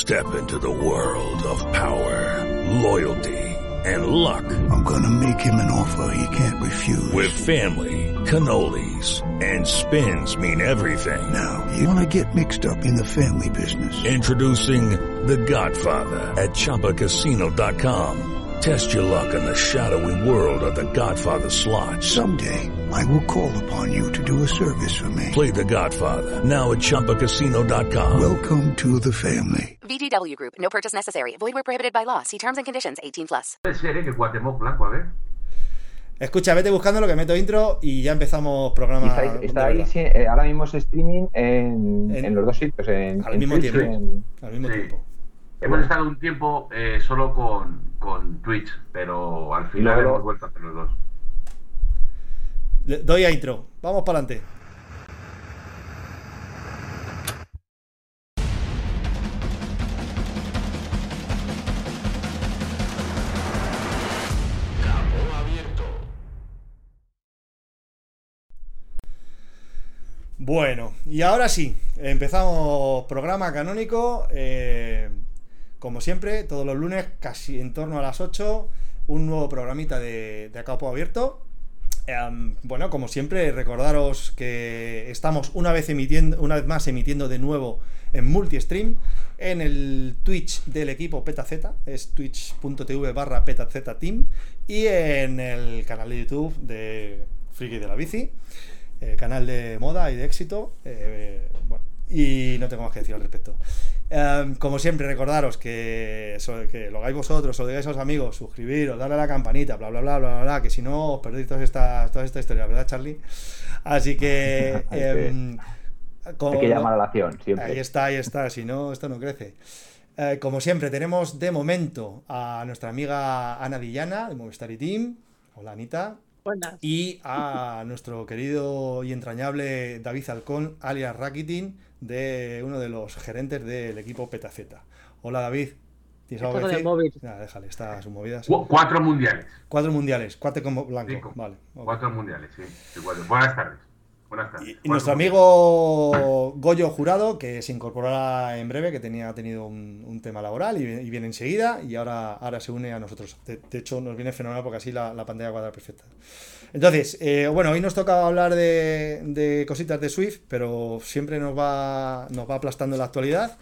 Step into the world of power, loyalty, and luck. I'm gonna make him an offer he can't refuse. With family, cannolis, and spins mean everything. Now, you wanna get mixed up in the family business. Introducing The Godfather at ChumbaCasino.com. Test your luck in the shadowy world of The Godfather slot. Someday, I will call upon you to do a service for me. Play The Godfather now at ChumbaCasino.com. Welcome to the family. VGW Group. No purchase necessary. Void where prohibited by law. See terms and conditions. 18+. Puede ser, que Cuauhtémoc Blanco, a ver. Escucha, vete buscando lo que meto intro y ya empezamos programa. Está ahí, sí, ahora mismo es streaming en los dos sitios, al mismo Twitch tiempo. Al mismo Sí. tiempo. Hemos estado un tiempo solo con Twitch, pero al final luego- hemos vuelto a hacer los dos. Doy a intro. Vamos para adelante. Bueno, y ahora sí, empezamos programa canónico. Como siempre, todos los lunes, casi en torno a las 8, un nuevo programita de A Campo Abierto. Bueno, como siempre, recordaros que estamos una vez más emitiendo de nuevo en multistream en el Twitch del equipo PetaZ, es twitch.tv/PetaZteam, y en el canal de YouTube de Friki de la Bici, canal de moda y de éxito. Bueno, y no tengo más que decir al respecto. Como siempre, recordaros que lo hagáis vosotros, o lo digáis a los amigos, suscribiros, darle a la campanita, bla bla bla bla bla, que si no os perdéis toda esta historia, ¿verdad, Charlie? Así que hay que llamar a la acción siempre. Ahí está, si no, esto no crece. Como siempre, tenemos de momento a nuestra amiga Ana Villana, de Movistar y Team. Hola, Anita. Buenas. Y a nuestro querido y entrañable David Alcón, alias Rakitin, de uno de los gerentes del equipo PetaZ. Hola, David. ¿Tienes algo que decir? Déjale, está a sus movidas. 4 mundiales. 4 mundiales, 4 como blanco. 5. Vale. Okay. 4 mundiales, sí. Buenas tardes. Y nuestro amigo Goyo Jurado, que se incorporará en breve, que ha tenido un tema laboral y viene enseguida, y ahora se une a nosotros. De hecho, nos viene fenomenal porque así la pantalla cuadra perfecta. Entonces, bueno, hoy nos toca hablar de cositas de Swift, pero siempre nos va aplastando la actualidad.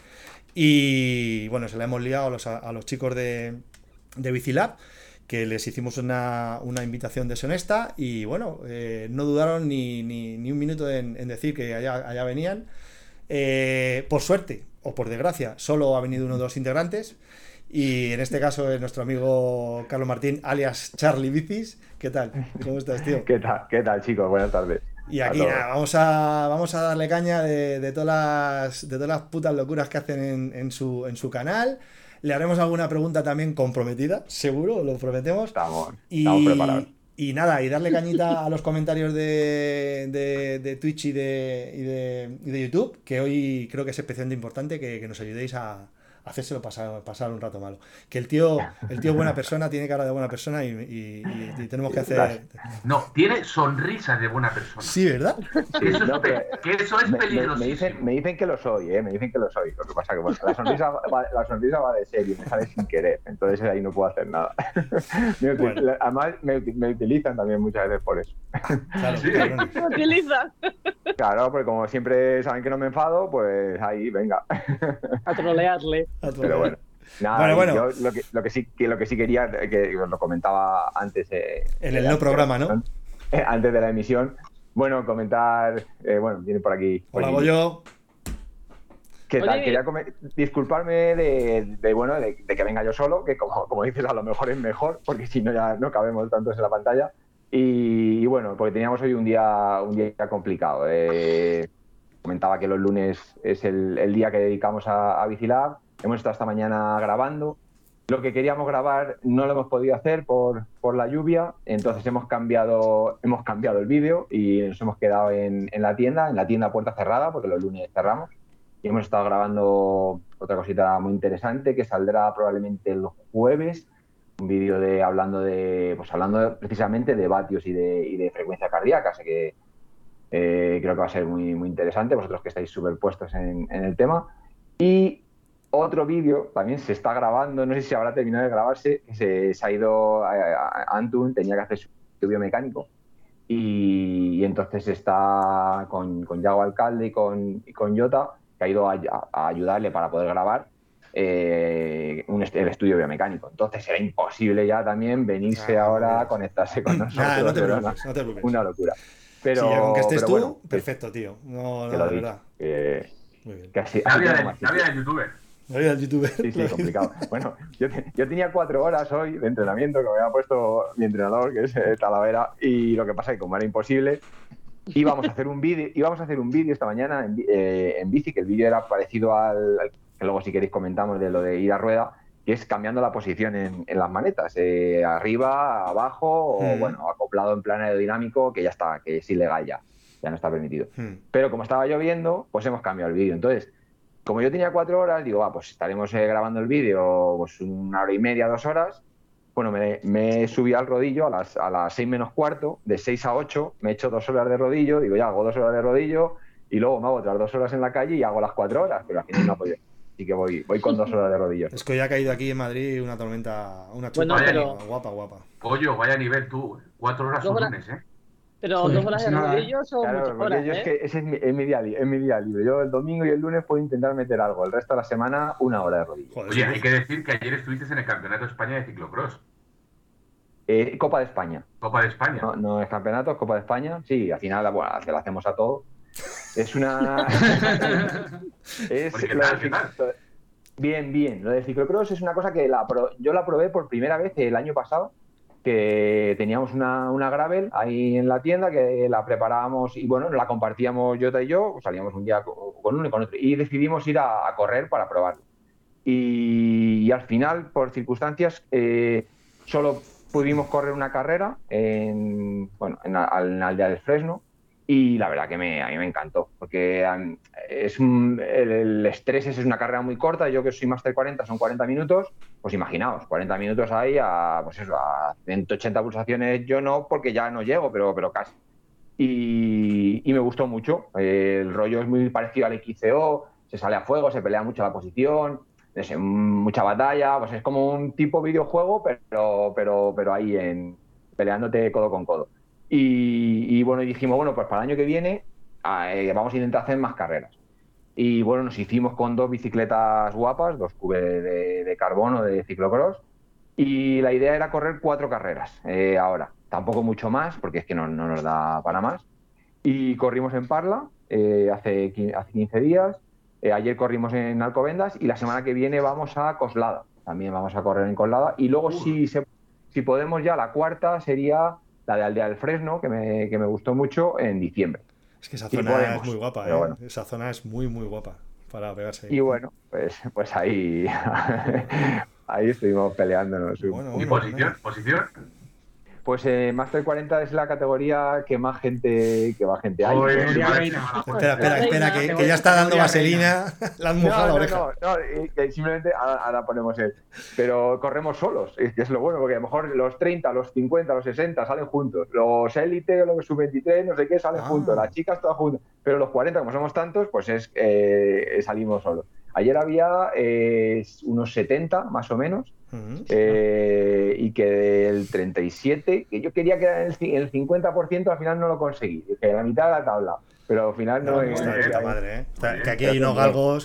Y bueno, se la hemos liado a los chicos de Bicilab, que les hicimos una invitación deshonesta y bueno, no dudaron ni un minuto en decir que allá venían. Por suerte o por desgracia, solo ha venido uno de los integrantes, y en este caso es nuestro amigo Carlos Martín, alias Charlie Bicis. ¿Qué tal? ¿Cómo estás, tío? ¿Qué tal, chicos? Buenas tardes. Y aquí nada, vamos a darle caña de todas las putas locuras que hacen en su canal. Le haremos alguna pregunta también comprometida, seguro, lo prometemos. Estamos preparados. Y nada, y darle cañita a los comentarios de Twitch y de YouTube, que hoy creo que es especialmente importante que nos ayudéis a hacérselo pasar un rato malo. Que el tío buena persona, tiene cara de buena persona y tenemos que hacer... No, tiene sonrisas de buena persona. Sí, ¿verdad? Eso es peligroso. Me dicen que lo soy, me dicen que lo soy. Lo que pasa que bueno, la sonrisa va de serio, me sale sin querer, entonces ahí no puedo hacer nada. Bueno. Además, me utilizan también muchas veces por eso. Claro, ¿Sí? Me utilizan. Claro, porque como siempre saben que no me enfado, pues ahí, venga. A trolearle. Pero bueno. Nada, bueno. Yo lo que sí quería, que os lo comentaba antes. En el no programa, ¿no? Antes de la emisión. Bueno, comentar. Bueno, viene por aquí. Hola, Goyo. ¿Qué tal? Quería disculparme de que venga yo solo, que como dices, a lo mejor es mejor, porque si no ya no cabemos tantos en la pantalla. Y bueno, porque teníamos hoy un día complicado. Comentaba que los lunes es el día que dedicamos a Bicilab. Hemos estado esta mañana grabando. Lo que queríamos grabar no lo hemos podido hacer por la lluvia, entonces hemos cambiado el vídeo y nos hemos quedado en la tienda a puerta cerrada, porque los lunes cerramos. Y hemos estado grabando otra cosita muy interesante que saldrá probablemente el jueves, un vídeo hablando precisamente de vatios y de frecuencia cardíaca, así que creo que va a ser muy, muy interesante, vosotros que estáis súper puestos en el tema. Y otro vídeo también se está grabando, no sé si habrá terminado de grabarse, se ha ido a Antun, tenía que hacer su estudio mecánico y entonces está con Yago Alcalde y con Jota, que ha ido a ayudarle para poder grabar el estudio biomecánico. Entonces era imposible ya también venirse ahora a conectarse con nosotros. No te preocupes. Una locura. Pero, sí, aunque estés tú, bueno, perfecto, tío. No, de verdad. Muy bien. Casi, Había de youtuber. El youtuber. Sí, complicado. Bueno, yo tenía 4 horas hoy de entrenamiento que me había puesto mi entrenador, que es Talavera, y lo que pasa es que como era imposible, íbamos a hacer un vídeo esta mañana en bici, que el vídeo era parecido al que luego si queréis comentamos de lo de ir a rueda, que es cambiando la posición en las manetas, arriba, abajo, o bueno, acoplado en plan aerodinámico, que ya está, que es ilegal ya no está permitido. Pero como estaba lloviendo, pues hemos cambiado el vídeo. Entonces, como yo tenía 4 horas, digo, pues estaremos grabando el vídeo pues 1 hora y media, 2 horas. Bueno, me subí al rodillo a las 6 menos cuarto, de 6 a 8, me he hecho 2 horas de rodillo, digo, ya hago 2 horas de rodillo y luego me hago otras 2 horas en la calle y hago las 4 horas, pero al final no he podido. Así que voy con 2 horas de rodillo. Es que hoy ha caído aquí en Madrid una tormenta, una chupa guapa. Pollo, vaya nivel tú. 4 horas un lunes, ¿eh? Pero 2 horas de rodillo son muchas horas, yo es que ese es mi día libre. Yo el domingo y el lunes puedo intentar meter algo. El resto de la semana, 1 hora de rodillo. Oye, hay que decir que ayer estuviste en el Campeonato de España de Ciclocross. Copa de España. Copa de España. No es campeonato, es Copa de España. Sí, al final, bueno, se lo hacemos a todo. Es una... ¿Qué tal? Bien. Lo de ciclocross es una cosa que yo la probé por primera vez el año pasado, que teníamos una gravel ahí en la tienda que la preparábamos y bueno, la compartíamos Jota y yo, salíamos un día con uno y con otro y decidimos ir a correr para probarlo. Y al final, por circunstancias, solo pudimos correr una carrera en Aldea del Fresno. Y la verdad que a mí me encantó, porque el estrés es una carrera muy corta. Yo que soy Master 40 son 40 minutos, pues imaginaos, 40 minutos ahí a 180 pulsaciones, yo no, porque ya no llego, pero casi. Y me gustó mucho, el rollo es muy parecido al XCO, se sale a fuego, se pelea mucho la posición, mucha batalla, pues es como un tipo videojuego, pero ahí peleándote codo con codo. Y bueno, dijimos, bueno, pues para el año que viene vamos a intentar hacer más carreras. Y bueno, nos hicimos con 2 bicicletas guapas, 2 cubes de carbono de ciclocross. Y la idea era correr 4 carreras ahora. Tampoco mucho más, porque es que no nos da para más. Y corrimos en Parla hace 15 días. Ayer corrimos en Alcobendas y la semana que viene vamos a Coslada. También vamos a correr en Coslada. Y luego, si podemos ya, la cuarta sería la de Aldea del Fresno, que me gustó mucho, en diciembre. Es que esa zona es muy guapa, ¿eh? Bueno. Esa zona es muy, muy guapa para pegarse ahí. Y bueno, pues ahí estuvimos peleándonos. ¿Y posición? Pues Master 40 es la categoría que más gente hay. Espera, que ya está dando vaselina. La han mojado la oreja. No, simplemente ahora ponemos él. Pero corremos solos, que es lo bueno, porque a lo mejor los 30, los 50, los 60 salen juntos. Los élite, los sub-23, no sé qué, salen juntos. Las chicas todas juntas. Pero los 40, como somos tantos, pues salimos solos. Ayer había unos 70, más o menos. Y que el 37, que yo quería que era el 50%, al final no lo conseguí, que la mitad de la tabla, pero al final no madre, ¿eh? Que aquí hay unos galgos,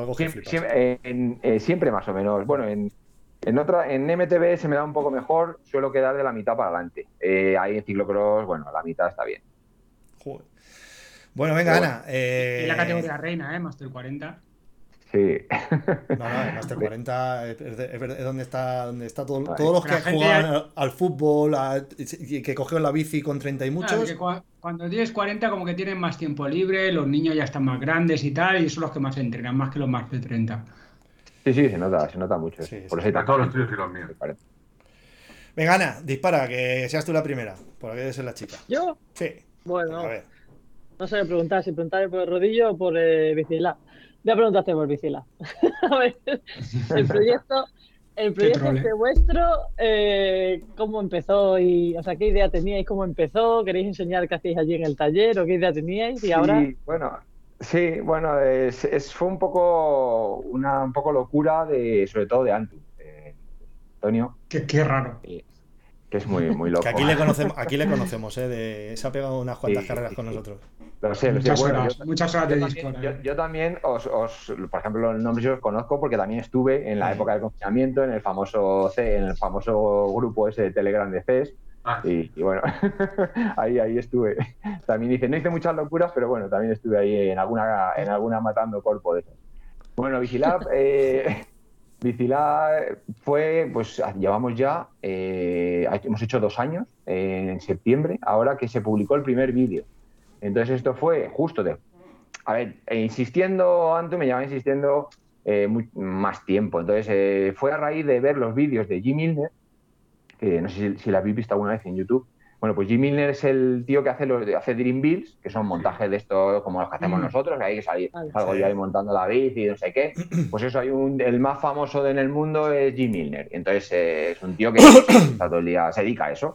siempre más o menos. Bueno, en MTB se me da un poco mejor, suelo quedar de la mitad para adelante. Ahí en ciclocross, bueno, la mitad está bien. Joder. Bueno, venga, Ana. Y la categoría reina, Master 40. Sí. No, el Master 40 es donde está todos los que juegan al fútbol, que cogieron la bici con 30 y muchos. Claro, cuando tienes 40 como que tienen más tiempo libre, los niños ya están más grandes y tal, y son los que más entrenan, más que los más de 30. Sí, se nota mucho. Sí, por eso hay todos los tuyos y los míos. Venga, Ana, dispara, que seas tú la primera, por que ser la chica. ¿Yo? Sí. Bueno, a ver. No sé preguntar, si preguntarme por el rodillo o por Bicilab. Ya preguntaste por Bicilab. A ver, el proyecto este vuestro, ¿cómo empezó? ¿Qué idea teníais? ¿Cómo empezó? ¿Queréis enseñar qué hacéis allí en el taller o qué idea teníais? Y ahora... bueno, Sí, bueno, fue un poco un poco locura sobre todo de Antu, Antonio, Qué raro. que es muy, muy Que loco. aquí le conocemos, se ha pegado unas cuantas carreras con nosotros. Lo sé. Muchas Bueno, horas, muchas horas de Discord. yo también por ejemplo, los nombres yo los conozco porque también estuve en la época del confinamiento en el famoso grupo ese de Telegram de CES. Y bueno, ahí estuve. También no hice muchas locuras, pero bueno, también estuve ahí en alguna matando corpo de esos. Bueno, Vigilab fue, pues llevamos ya, hemos hecho 2 años, en septiembre, ahora que se publicó el primer vídeo. Entonces esto fue justo insistiendo, Antu me llevaba insistiendo más tiempo. Entonces fue a raíz de ver los vídeos de Jim Milner, que no sé si la habéis visto alguna vez en YouTube. Bueno, pues Jim Milner es el tío que hace Dream Builds, que son montajes de esto como los que hacemos nosotros, que hay que salgo yo ahí montando la bici y no sé qué. Pues eso, el más famoso en el mundo es Jim Milner. Entonces es un tío que está todo el día, se dedica a eso.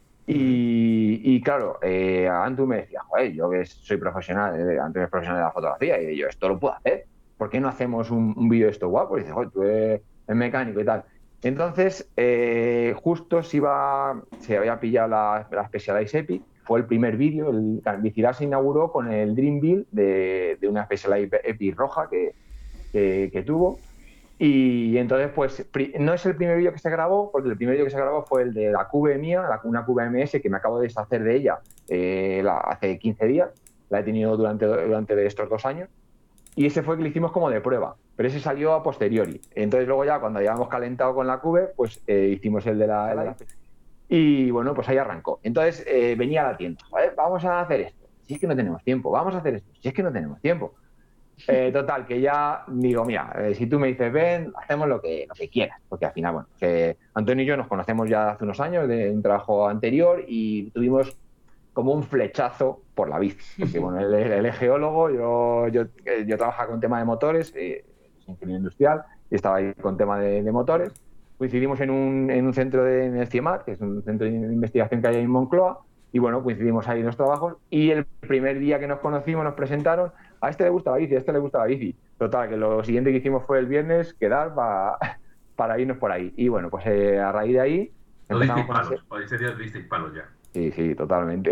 Y claro, Antu me decía, joder, yo que soy profesional, Antu es profesional de la fotografía, y yo, esto lo puedo hacer, ¿por qué no hacemos un vídeo de esto guapo? Y dice, joder, tú eres mecánico y tal. Entonces, justo se había pillado la Specialized Epic, fue el primer vídeo, el Vigilab se inauguró con el Dream Build de una Specialized Epic roja que tuvo. Y entonces, pues, no es el primer vídeo que se grabó, porque el primer vídeo que se grabó fue el de la Cube mía, una Cube MS, que me acabo de deshacer de ella hace 15 días. La he tenido durante estos 2 años. Y ese fue el que le hicimos como de prueba, pero ese salió a posteriori. Entonces luego ya, cuando habíamos calentado con la Cube, pues hicimos el de la... Y bueno, pues ahí arrancó. Entonces venía a la tienda, ¿vale? Vamos a hacer esto, si es que no tenemos tiempo, vamos a hacer esto, si es que no tenemos tiempo. Total, que ya digo, mira, si tú me dices, ven, hacemos lo que quieras, porque al final, bueno, que Antonio y yo nos conocemos ya hace unos años de un trabajo anterior y tuvimos como un flechazo por la bici, porque bueno, él es geólogo, yo trabajaba con tema de motores, soy ingeniero industrial, y estaba ahí con tema de motores. Coincidimos en un centro en el CIEMAT, que es un centro de investigación que hay en Moncloa, y bueno, coincidimos ahí en los trabajos, y el primer día que nos conocimos nos presentaron, a este le gusta la bici, a este le gusta la bici. Total, que lo siguiente que hicimos fue el viernes quedar para irnos por ahí. Y bueno, pues a raíz de ahí... Lo disteis palos, ese día disteis palos ya. Sí, totalmente.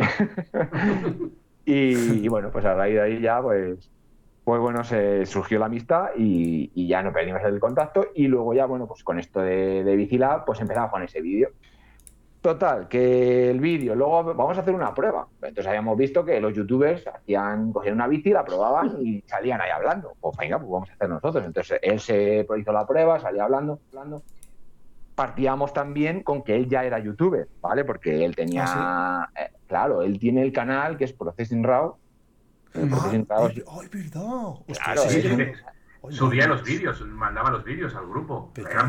y bueno, pues a raíz de ahí ya, pues bueno, se surgió la amistad y ya no perdimos el contacto. Y luego ya, bueno, pues con esto de Vigilab, pues empezamos con ese vídeo. Total, que el vídeo, luego vamos a hacer una prueba. Entonces habíamos visto que los youtubers cogían una bici, la probaban y salían ahí hablando. Pues venga, pues vamos a hacer nosotros. Entonces él hizo la prueba, salía hablando. Partíamos también con que él ya era youtuber, ¿vale? Porque él tenía... claro, él tiene el canal que es Processing Raw. ¡Ay, verdad! Claro, subía los vídeos, mandaba los vídeos al grupo.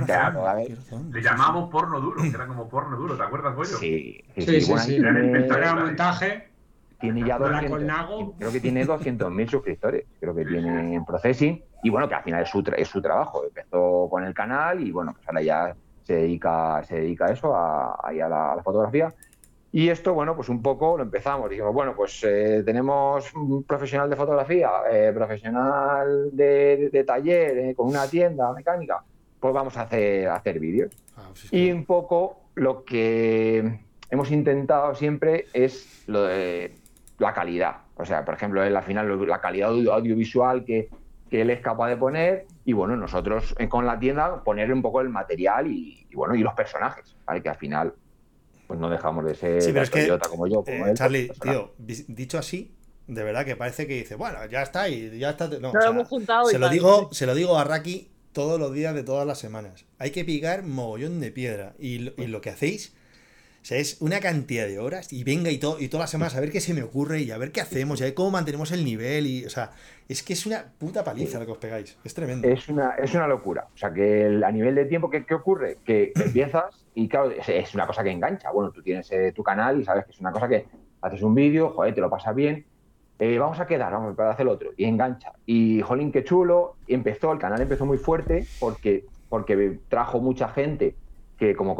Le llamábamos porno duro, que era como porno duro, ¿te acuerdas, Goyo? Sí. Era montaje. Tiene ya 200, creo que tiene 200.000 suscriptores, creo que tiene en Processing. Y bueno, que al final es su trabajo. Empezó con el canal y bueno, pues ahora ya se dedica a eso, a la fotografía. Y esto, bueno, pues un poco lo empezamos. Dijimos, bueno, pues tenemos un profesional de fotografía, profesional de taller, con una tienda mecánica, pues vamos a hacer vídeos. Y un poco lo que hemos intentado siempre es lo de la calidad. O sea, por ejemplo, al final la calidad audiovisual que él es capaz de poner, y bueno, nosotros con la tienda poner un poco el material y bueno, y los personajes, ¿vale? Que al final pues no dejamos de ser idiota como yo, como él. Charlie, tío, dicho así, de verdad que parece que dice, bueno, ya está y ya está. No, hemos juntado se lo digo a Raki todos los días de todas las semanas. Hay que picar mogollón de piedra y lo que hacéis, o sea, es una cantidad de horas y venga y todas las semanas a ver qué se me ocurre y a ver qué hacemos y a ver cómo mantenemos el nivel y, o sea, es que es una puta paliza lo que os pegáis, es tremendo. Es una locura, o sea, que a nivel de tiempo, ¿qué ocurre? Que empiezas y claro, es una cosa que engancha. Bueno, tú tienes tu canal y sabes que es una cosa que haces un vídeo, joder, te lo pasas bien, vamos a quedar, vamos a hacer lo otro, y engancha. Y jolín, qué chulo, el canal empezó muy fuerte porque trajo mucha gente que como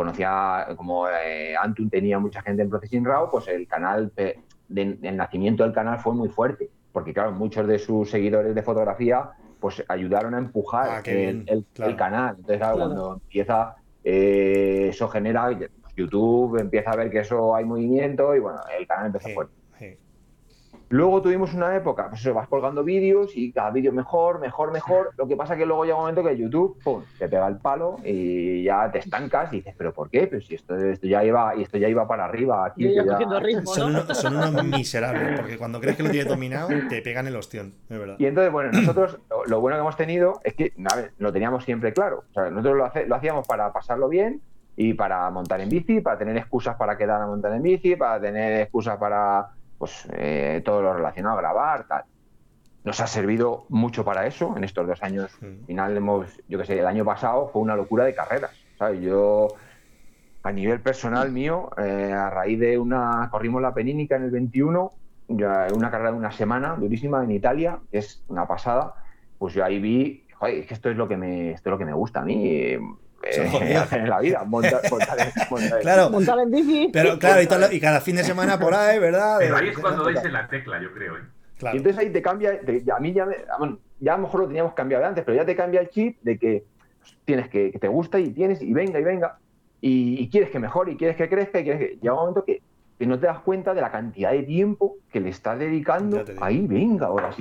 Antun tenía mucha gente en Processing Raw, pues el canal, el nacimiento del canal fue muy fuerte. porque claro, muchos de sus seguidores de fotografía pues ayudaron a empujar el canal. Entonces, claro, cuando empieza, eso genera, YouTube empieza a ver que eso hay movimiento y bueno, el canal empezó fuerte. Luego tuvimos una época, pues eso, vas colgando vídeos y cada vídeo mejor. Lo que pasa es que luego llega un momento que YouTube, ¡pum!, te pega el palo y ya te estancas y dices, ¿pero por qué? Pues si esto ya iba para arriba. Aquí ya cogiendo ritmo, ¿no? Son unos miserables, porque cuando crees que lo tienes dominado, te pegan el ostión, es verdad. Y entonces, bueno, nosotros lo bueno que hemos tenido es que, a ver, lo teníamos siempre claro. O sea, nosotros lo hacíamos para pasarlo bien y para montar en bici, para tener excusas para quedar a montar en bici, para tener excusas para... pues todo lo relacionado a grabar, tal. Nos ha servido mucho para eso en estos 2 años. Al final yo qué sé, el año pasado fue una locura de carreras, ¿sabes? Yo, a nivel personal mío, a raíz de corrimos la Penínica en el 21, una carrera de una semana, durísima, en Italia, que es una pasada, pues yo ahí vi, joder, es que esto es lo que me gusta a mí, hacer en la vida, montar en bici. Pero claro, y cada fin de semana por ahí, ¿verdad? Pero ahí es cuando dais en la tecla, yo creo. Claro. Y entonces ahí te cambia, a mí ya a lo mejor lo teníamos cambiado de antes, pero ya te cambia el chip de que tienes que te gusta y tienes, y venga, y quieres que mejore, y quieres que crezca, y llega un momento que no te das cuenta de la cantidad de tiempo que le estás dedicando ahí, venga horas.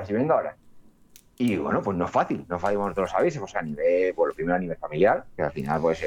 Y bueno, pues no es fácil, vosotros lo sabéis, pues a nivel, pues lo primero a nivel familiar, que al final pues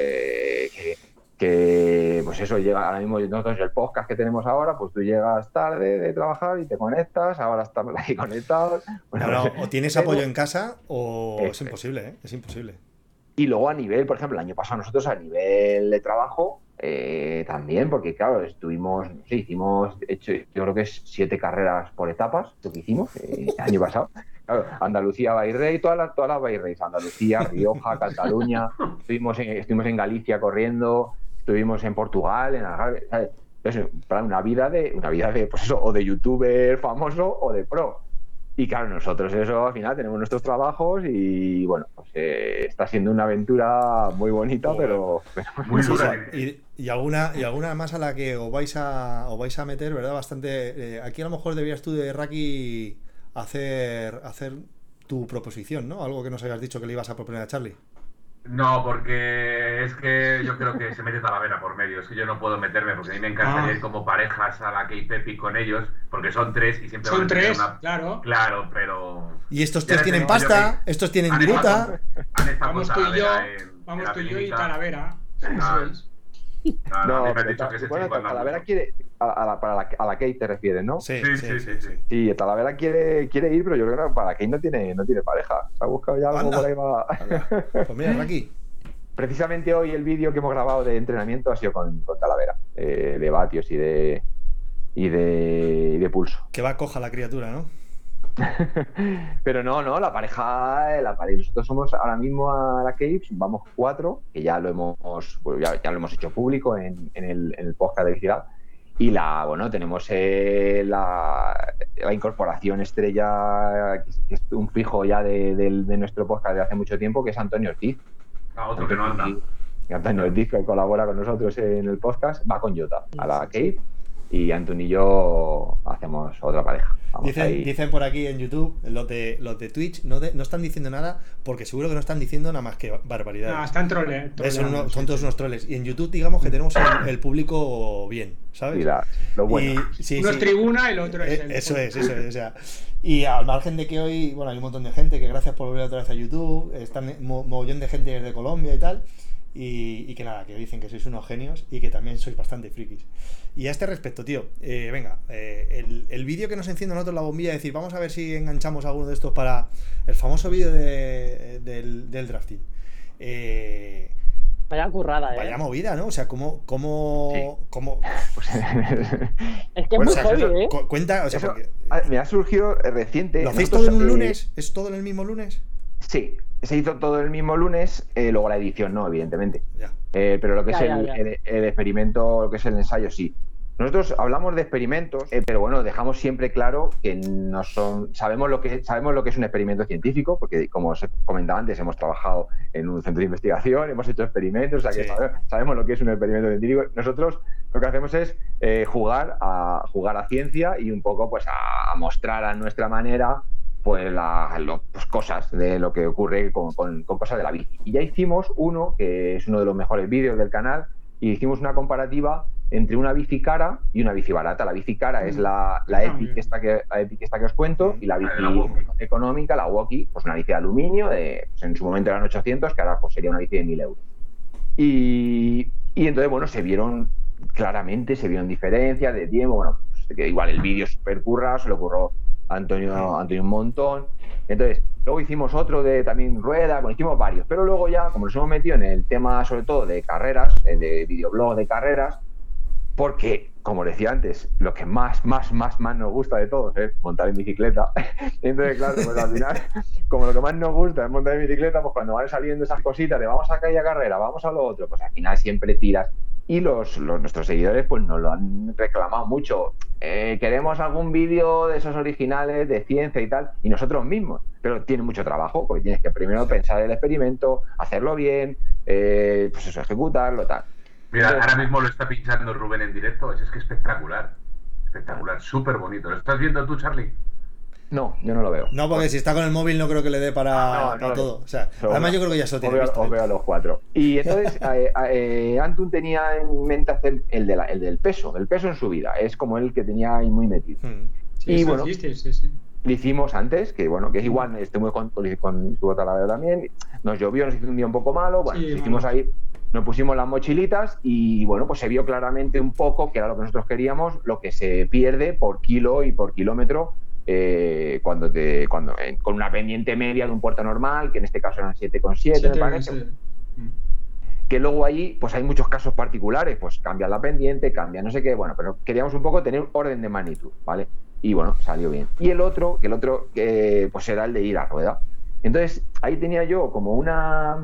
pues eso llega, ahora mismo nosotros el podcast que tenemos ahora, pues tú llegas tarde de trabajar y te conectas, ahora estamos ahí conectados. Bueno, o tienes apoyo en casa o es imposible, ¿eh? Es imposible. Y luego a nivel, por ejemplo, el año pasado nosotros a nivel de trabajo, también, porque claro, hicimos, yo creo que es 7 carreras por etapas, lo que hicimos el año pasado. Claro, Andalucía, Bairrey, todas las Bairreys, Andalucía, Rioja, Cataluña, estuvimos en Galicia corriendo, estuvimos en Portugal, en Algarve, ¿sabes? Entonces, una vida de, pues eso, o de youtuber famoso o de pro. Y claro, nosotros eso al final tenemos nuestros trabajos y bueno, pues está siendo una aventura muy bonita, pero muy dura. Y alguna más a la que os vais a meter, ¿verdad? Bastante. Aquí a lo mejor debías tú de Raki hacer tu proposición, ¿no? Algo que nos hayas dicho que le ibas a proponer a Charlie. No, porque es que yo creo que se mete Talavera por medio. Es que yo no puedo meterme, porque a mí me encantaría ir como parejas a la K-Pepi con ellos, porque son 3 y siempre son van a tener 3, una... claro. Claro, pero... Y estos 3 tienen pasta, estos tienen viruta. Vamos tú y yo y Talavera. No, pero Talavera quiere para la Kate te refieres, ¿no? Sí. Sí, Talavera quiere ir, pero yo creo que para la Kate no tiene pareja. Se ha buscado ya algo por ahí va. Pues mira, aquí. Precisamente hoy el vídeo que hemos grabado de entrenamiento ha sido con Talavera, de vatios y de pulso. Que va coja la criatura, ¿no? Pero no, la pareja, nosotros somos ahora mismo a la Caves, vamos 4, que ya lo hemos hecho público en el podcast de Bicilab, y tenemos la incorporación estrella, que es un fijo ya de nuestro podcast de hace mucho tiempo, que es Antonio Ortiz. Otro que no anda. Antonio Ortiz, que colabora con nosotros en el podcast, va con Jota a la Cave, y Antonio y yo hacemos otra pareja. Dicen por aquí en YouTube, los de Twitch no están diciendo nada, porque seguro que no están diciendo nada más que barbaridades. No, están troleando. Son todos unos troles. Y en YouTube, digamos que tenemos el público bien, ¿sabes? Mira, lo bueno. Uno es tribuna y el otro es Eso es. O sea, y al margen de que hoy, hay un montón de gente que gracias por volver otra vez a YouTube, están mogollón de gente desde Colombia y tal. Y que nada, que dicen que sois unos genios y que también sois bastante frikis. Y a este respecto, tío, el vídeo que nos enciende a nosotros la bombilla, es decir, vamos a ver si enganchamos alguno de estos para el famoso vídeo del drafting. Vaya currada, Vaya movida, ¿no? O sea, ¿cómo? Es que es muy heavy, ¿eh? Cuenta, o sea, porque... Me ha surgido reciente. ¿Lo hacéis todo en un lunes? ¿Es todo en el mismo lunes? Sí, se hizo todo el mismo lunes, luego la edición no, evidentemente. Ya. Pero lo que es el experimento, lo que es el ensayo, sí. Nosotros hablamos de experimentos, pero bueno, dejamos siempre claro que no son. Sabemos lo que es un experimento científico, porque como os comentaba antes, hemos trabajado en un centro de investigación, hemos hecho experimentos, o sea que sabemos lo que es un experimento científico. Nosotros lo que hacemos es jugar a ciencia y un poco pues a mostrar a nuestra manera pues cosas de lo que ocurre con cosas de la bici. Y ya hicimos uno, que es uno de los mejores vídeos del canal, y hicimos una comparativa entre una bici cara y una bici barata. La bici cara es la Epic esta que os cuento, y la bici económica, la Woki, pues una bici de aluminio, pues en su momento eran 800, que ahora pues sería una bici de 1000 euros. Y entonces, bueno, se vieron diferencias de tiempo. Bueno, pues, que igual el vídeo súper currado, se le ocurrió a Antonio un montón. Entonces, luego hicimos otro de también rueda, bueno, hicimos varios. Pero luego ya, como nos hemos metido en el tema sobre todo de carreras, de videoblog de carreras, porque, como decía antes, lo que más nos gusta de todos es montar en bicicleta. Entonces, claro, pues al final, como lo que más nos gusta es montar en bicicleta, pues cuando van saliendo esas cositas de vamos a aquella carrera, vamos a lo otro, pues al final siempre tiras. Y nuestros seguidores pues nos lo han reclamado mucho. Queremos algún vídeo de esos originales de ciencia y tal, y nosotros mismos. Pero tiene mucho trabajo, porque tienes que primero pensar el experimento, hacerlo bien, pues eso, ejecutarlo, tal. Mira, ahora mismo lo está pinchando Rubén en directo, es que espectacular, súper bonito. ¿Lo estás viendo tú, Charlie? No, yo no lo veo. No, porque si está con el móvil no creo que le dé para todo. O sea, además yo creo que ya se lo tiene visto. Os veo a los cuatro. Y entonces Antun tenía en mente hacer el del peso, el peso en su vida. Es como el que tenía ahí muy metido. Sí, y bueno, sí. Lo hicimos antes, que bueno, que es igual, estoy muy con tu Talavera también. Nos llovió, nos hizo un día un poco malo, bueno, hicimos ahí. Nos pusimos las mochilitas y bueno, pues se vio claramente un poco, que era lo que nosotros queríamos, lo que se pierde por kilo y por kilómetro con una pendiente media de un puerto normal, que en este caso eran 7,7, me parece. Que luego ahí pues hay muchos casos particulares, pues cambian la pendiente, cambian no sé qué, bueno, pero queríamos un poco tener orden de magnitud, ¿vale? Y bueno, salió bien. Y el otro pues era el de ir a rueda. Entonces ahí tenía yo como una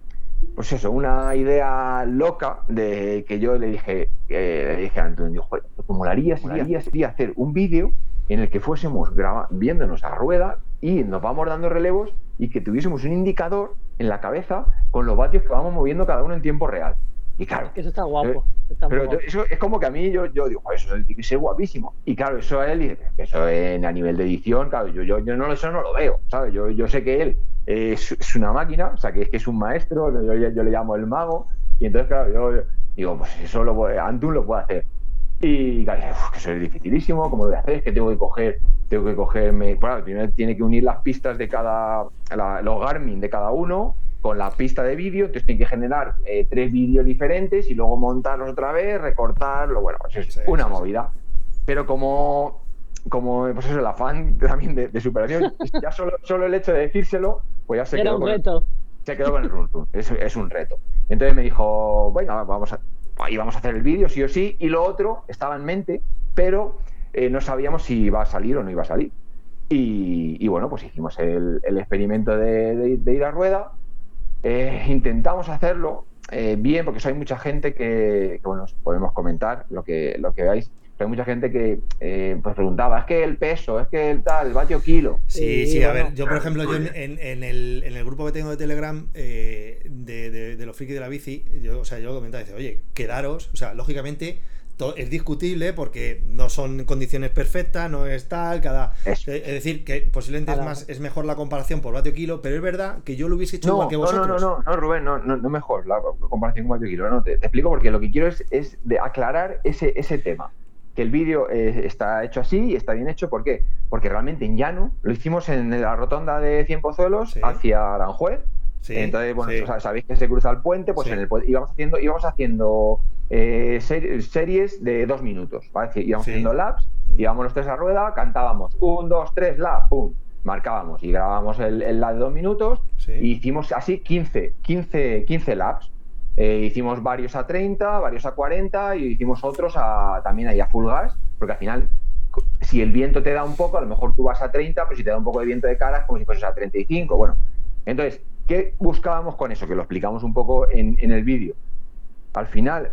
idea loca de que yo le dije a Antonio, joder, lo que molaría sería hacer un vídeo en el que fuésemos viéndonos a rueda y nos vamos dando relevos y que tuviésemos un indicador en la cabeza con los vatios que vamos moviendo cada uno en tiempo real. Y claro, que eso está guapo. Pero eso es como que a mí yo digo, eso tiene que ser guapísimo. Y claro, eso a él dice, eso a nivel de edición, claro, yo eso no lo veo, ¿sabes? Yo sé que él es una máquina, o sea, que es un maestro, yo le llamo el mago, y entonces, claro, yo digo, pues eso Antun lo puede hacer. Y claro, que eso es dificilísimo, ¿cómo lo voy a hacer? Es que tengo que cogerme, claro, tiene que unir las pistas de los Garmin de cada uno con la pista de vídeo, entonces tiene que generar 3 vídeos diferentes y luego montarlos otra vez, recortarlo, bueno, pues es una movida. Pero como pues eso, el afán también de superación, ya solo el hecho de decírselo, pues ya se quedó con el run run, es un reto. Entonces me dijo, venga, vamos a hacer el vídeo sí o sí, y lo otro estaba en mente, pero no sabíamos si iba a salir o no iba a salir. Y bueno, pues hicimos el experimento de ir a rueda. Intentamos hacerlo bien, porque hay mucha gente que bueno, podemos comentar lo que veáis. Hay mucha gente que pues preguntaba, es que el peso, es que el vatio kilo. Sí, a ver, yo por ejemplo, yo en el grupo que tengo de Telegram de los frikis de la bici, yo comentaba, dice, oye, quedaros, o sea, lógicamente es discutible porque no son condiciones perfectas, no es tal, es decir, que posiblemente es mejor la comparación por vatio kilo, pero es verdad que yo lo hubiese hecho igual que vosotros. No, Rubén, no mejor la comparación con vatio kilo, no, te explico, porque lo que quiero es de aclarar ese tema. Que el vídeo está hecho así y está bien hecho. ¿Por qué? Porque realmente en llano lo hicimos en la rotonda de Cienpozuelos hacia Aranjuez. Sí, entonces, bueno, o sea, sabéis que se cruza el puente, pues íbamos haciendo series de 2 minutos, ¿vale? Íbamos haciendo laps, íbamos los 3 a rueda, cantábamos 1, 2, 3, lap, pum, marcábamos y grabábamos el lap de 2 minutos y hicimos así 15 laps. Hicimos varios a 30, varios a 40 y hicimos otros también ahí a full gas, porque al final, si el viento te da un poco, a lo mejor tú vas a 30, pero si te da un poco de viento de cara es como si fueses a 35. Bueno, entonces, ¿qué buscábamos con eso? Que lo explicamos un poco en el vídeo. Al final,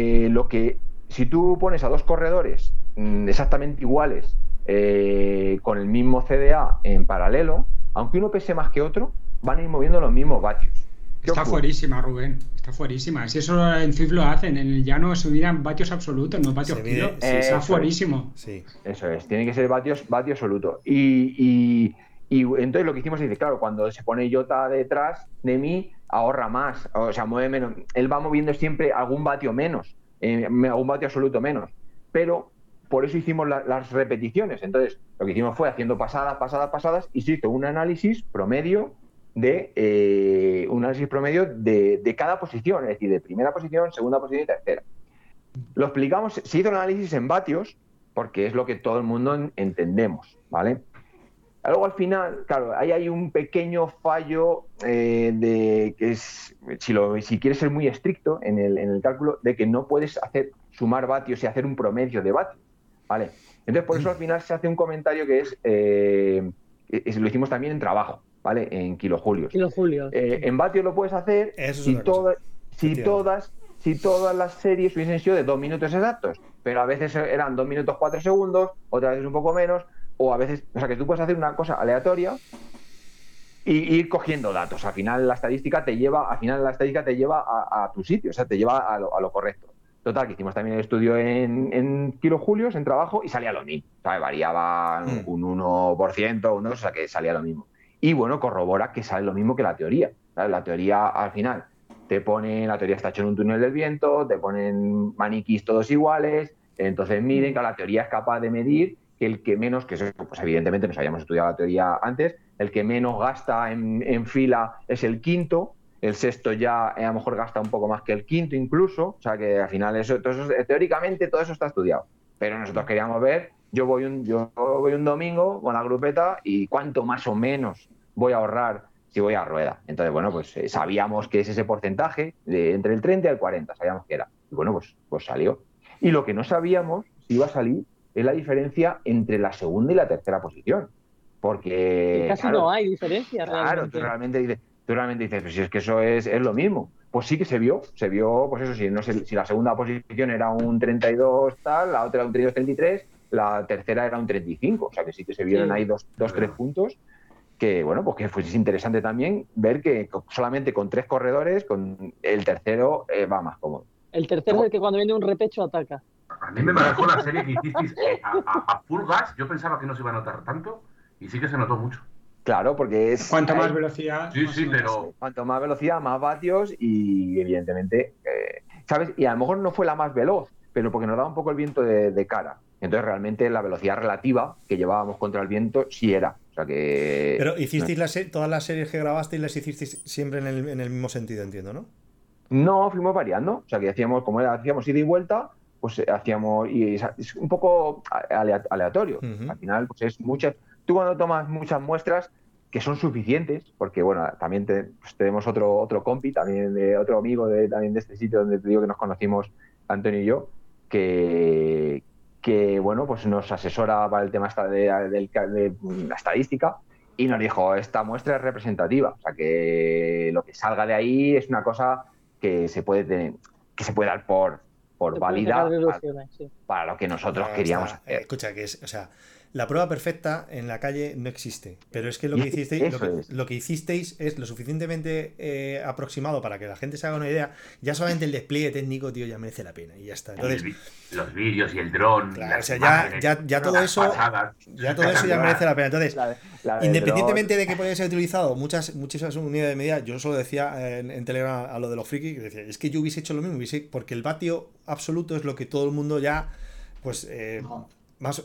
si tú pones a 2 corredores exactamente iguales, con el mismo CDA en paralelo, aunque uno pese más que otro, van a ir moviendo los mismos vatios. Está fuerísima, Rubén. Está fuerísima. Si eso en CIF lo hacen, en el llano se miran vatios absolutos, no vatios kilo. Está fuerísimo. Sí. Eso es, tiene que ser vatio absoluto. Y entonces lo que hicimos es, claro, cuando se pone Jota detrás de mí, ahorra más, o sea, mueve menos. Él va moviendo siempre algún vatio menos, algún vatio absoluto menos. Pero por eso hicimos las repeticiones. Entonces, lo que hicimos fue haciendo pasadas, y se hizo un análisis promedio de cada posición, es decir, de primera posición, segunda posición y tercera. Lo explicamos, se hizo el análisis en vatios, porque es lo que todo el mundo entendemos, ¿vale? Luego al final, claro, ahí hay un pequeño fallo que es, si quieres ser muy estricto en el cálculo, de que no puedes sumar vatios y hacer un promedio de vatios, ¿vale? Entonces por eso al final se hace un comentario que lo hicimos también en trabajo, ¿vale? En kilojulios. En vatios lo puedes hacer si todas las series hubiesen sido de 2 minutos exactos, pero a veces eran 2 minutos 4 segundos, otras veces un poco menos, o a veces, o sea, que tú puedes hacer una cosa aleatoria y ir cogiendo datos. Al final la estadística te lleva a tu sitio, o sea, te lleva a lo correcto. Total, que hicimos también el estudio en kilojulios, en trabajo, y salía lo mismo. ¿Sabes? Variaba un 1%, o sea, que salía lo mismo. Y bueno, corrobora que sale lo mismo que la teoría. ¿Sabes? La teoría, al final, la teoría está hecha en un túnel del viento, te ponen maniquís todos iguales, entonces miren que la teoría es capaz de medir que el que menos, que eso, pues evidentemente nos habíamos estudiado la teoría antes, el que menos gasta en fila es el quinto, el sexto ya a lo mejor gasta un poco más que el quinto incluso, o sea que al final teóricamente todo eso está estudiado, pero nosotros queríamos ver, yo voy un domingo con la grupeta y cuánto más o menos voy a ahorrar si voy a rueda. Entonces, bueno, pues sabíamos que es ese porcentaje de entre el 30 y el 40, sabíamos que era. Y bueno, pues salió. Y lo que no sabíamos si iba a salir es la diferencia entre la segunda y la tercera posición. Porque casi claro, no hay diferencia realmente. Claro, tú realmente dices, pues si es que eso es lo mismo. Pues sí que se vio, pues eso, si la segunda posición era un 32 tal, la otra era un 32-33, la tercera era un 35, o sea que sí que se vieron ahí 2-3 puntos, que bueno, pues que fue interesante también ver que solamente con 3 corredores, con el tercero va más cómodo. El tercero es el que cuando viene un repecho ataca. A mí me marcó la serie que hicisteis a full gas, yo pensaba que no se iba a notar tanto, y sí que se notó mucho. Claro, porque es... Cuanto más velocidad... Sí, pero... Cuanto más velocidad, más vatios y evidentemente, ¿sabes? Y a lo mejor no fue la más veloz, pero porque nos daba un poco el viento de cara. Entonces realmente la velocidad relativa que llevábamos contra el viento sí era. O sea que... Pero hicisteis todas las series que grabasteis las hicisteis siempre en el mismo sentido, entiendo, ¿no? No, fuimos variando. O sea que hacíamos ida y vuelta, pues hacíamos... Y es un poco aleatorio. Uh-huh. Al final, pues es muchas... Tú cuando tomas muchas muestras que son suficientes, porque bueno, también tenemos otro compi, también otro amigo también de este sitio donde te digo que nos conocimos Antonio y yo, que bueno, pues nos asesora para el tema de la estadística y nos dijo, esta muestra es representativa, o sea que lo que salga de ahí es una cosa que se puede dar por válida para lo que nosotros queríamos hacer. Escucha, o sea, la prueba perfecta en la calle no existe, pero es que lo que hicisteis es lo suficientemente aproximado para que la gente se haga una idea. Ya solamente el despliegue técnico, tío, ya merece la pena y ya está. Entonces, los vídeos y el dron, claro, o sea, ya todo eso, ya merece la pena. Entonces, independientemente de que pudiese ser utilizado muchas unidades de medida, yo solo decía en Telegram a lo de los frikis, que decía, es que yo hubiese hecho lo mismo, porque el vatio absoluto es lo que todo el mundo ya, pues, más...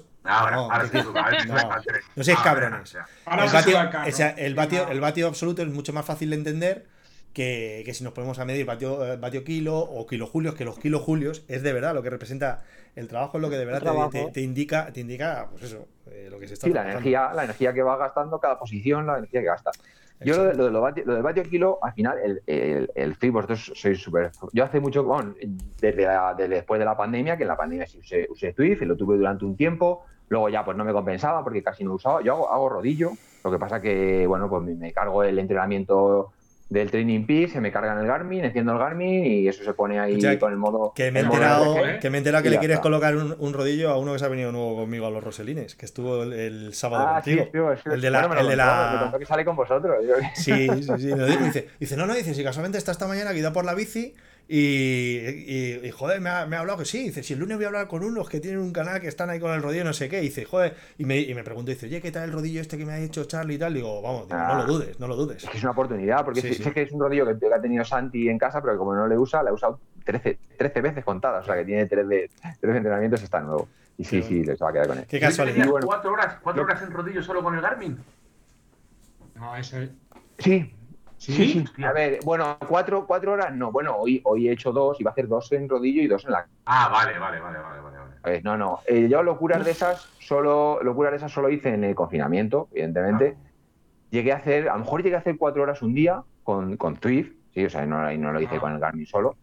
No seáis cabrones. El vatio absoluto es mucho más fácil de entender que si nos ponemos a medir vatio kilo o kilojulios, que los kilojulios es de verdad lo que representa el trabajo, es lo que de verdad te indica, pues eso, lo que se está trabajando. La energía que va gastando cada posición, la energía que gasta. Yo lo del vatio kilo, al final, el FIB, vosotros sois súper... Yo hace mucho, bueno, desde después de la pandemia, que en la pandemia sí usé Swift y lo tuve durante un tiempo, luego ya pues no me compensaba porque casi no lo usaba. Yo hago rodillo, lo que pasa que, bueno, pues me cargo el entrenamiento del Training Peaks, se me carga en el Garmin, enciendo el Garmin y eso se pone ahí con el modo... Que me he enterado que le quieres colocar un rodillo a uno que se ha venido nuevo conmigo a los Roselines, que estuvo el sábado contigo. Sí, el de la... Me contó que sale con vosotros. Sí, me lo dijo. Dice, si casualmente está esta mañana que he ido por la bici y joder, me ha hablado que sí. Dice, si el lunes voy a hablar con unos que tienen un canal que están ahí con el rodillo, no sé qué. Dice, joder, y me preguntó, dice, oye, ¿qué tal el rodillo este que me ha hecho Charlie y tal? Digo, vamos, no lo dudes. Es que es una oportunidad, porque sé que es un rodillo que ha tenido Santi en casa, pero que como no le usa, la ha usado 13 veces contadas. O sea, que tiene 13 entrenamientos y está nuevo. Y sí, les va a quedar con él. Qué casualidad. Bueno, 4 horas en rodillo solo con el Garmin? No, eso es... Sí. A ver, bueno, 4 horas no. Bueno, hoy he hecho 2, iba a hacer 2 en rodillo y 2 en la... Vale. Pues no. Yo locuras de esas solo hice en el confinamiento, evidentemente. A lo mejor llegué a hacer 4 horas un día con Zwift, sí, o sea, no lo hice con el Garmin solo.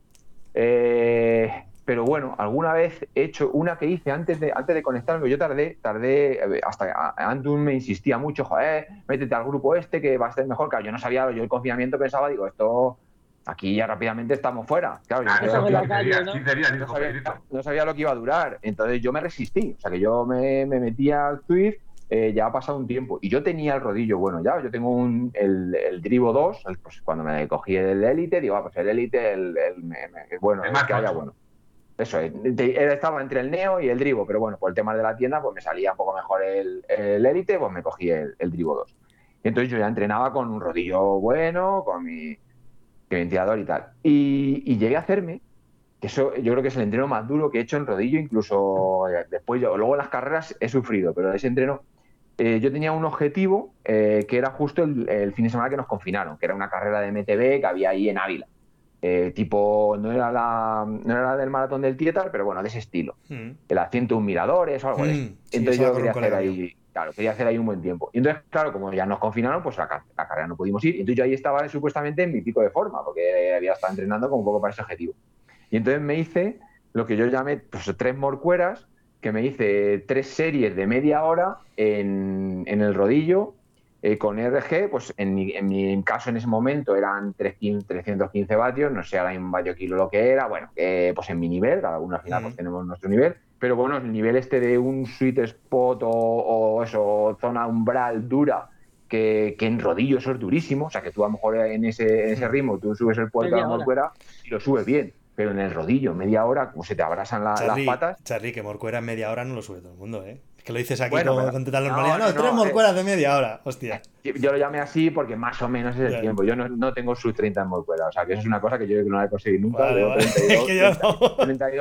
Pero bueno, alguna vez he hecho una que hice antes de conectarme. Yo tardé hasta Antun me insistía mucho, joder, métete al grupo que va a ser mejor. Claro, yo no sabía, yo el confinamiento pensaba, digo, esto aquí ya rápidamente estamos fuera. Claro, no sabía lo que iba a durar. Entonces yo me resistí, o sea que yo me metí al Zwift. Ya ha pasado un tiempo y yo tenía el rodillo bueno ya, yo tengo el Drivo 2, pues cuando me cogí el Elite, digo, pues el Elite, bueno, el que haya bueno. Eso, estaba entre el Neo y el Drivo, pero bueno, por el tema de la tienda, pues me salía un poco mejor el Elite, pues me cogí el Drivo 2. Y entonces yo ya entrenaba con un rodillo bueno, con mi ventilador y tal. Y llegué a hacerme, que eso yo creo que es el entreno más duro que he hecho en rodillo, incluso después luego en las carreras he sufrido, pero ese entreno... yo tenía un objetivo que era justo el fin de semana que nos confinaron, que era una carrera de MTB que había ahí en Ávila. No era la del maratón del Tietar, pero bueno, de ese estilo. El 101 miradores o algo de eso. Entonces yo quería hacer ahí un buen tiempo. Y entonces, claro, como ya nos confinaron, pues la carrera no pudimos ir. Entonces yo ahí estaba supuestamente en mi pico de forma, porque había estado entrenando como un poco para ese objetivo. Y entonces me hice lo que yo llamé 3 morcueras, que me hice 3 series de media hora en el rodillo con RG, pues en mi caso en ese momento eran 315 vatios, no sé ahora en vatio kilo lo que era, bueno, pues en mi nivel, cada uno al final pues tenemos nuestro nivel, pero bueno, el nivel de un sweet spot o eso, zona umbral dura, que en rodillo eso es durísimo, o sea que tú a lo mejor en ese ritmo tú subes el puerto a la morcuera y lo subes bien. Pero en el rodillo, media hora, como se te abrasan las patas. Charly, que morcuera en media hora no lo sube todo el mundo, ¿eh? Es que lo dices aquí con total normalidad. No, 3 morcueras de media hora, hostia. Yo lo llamé así porque más o menos es el tiempo. Yo no tengo sus 30 en morcuera, o sea que eso es una cosa que yo creo que no la he conseguido nunca. Vale. 32, que yo no.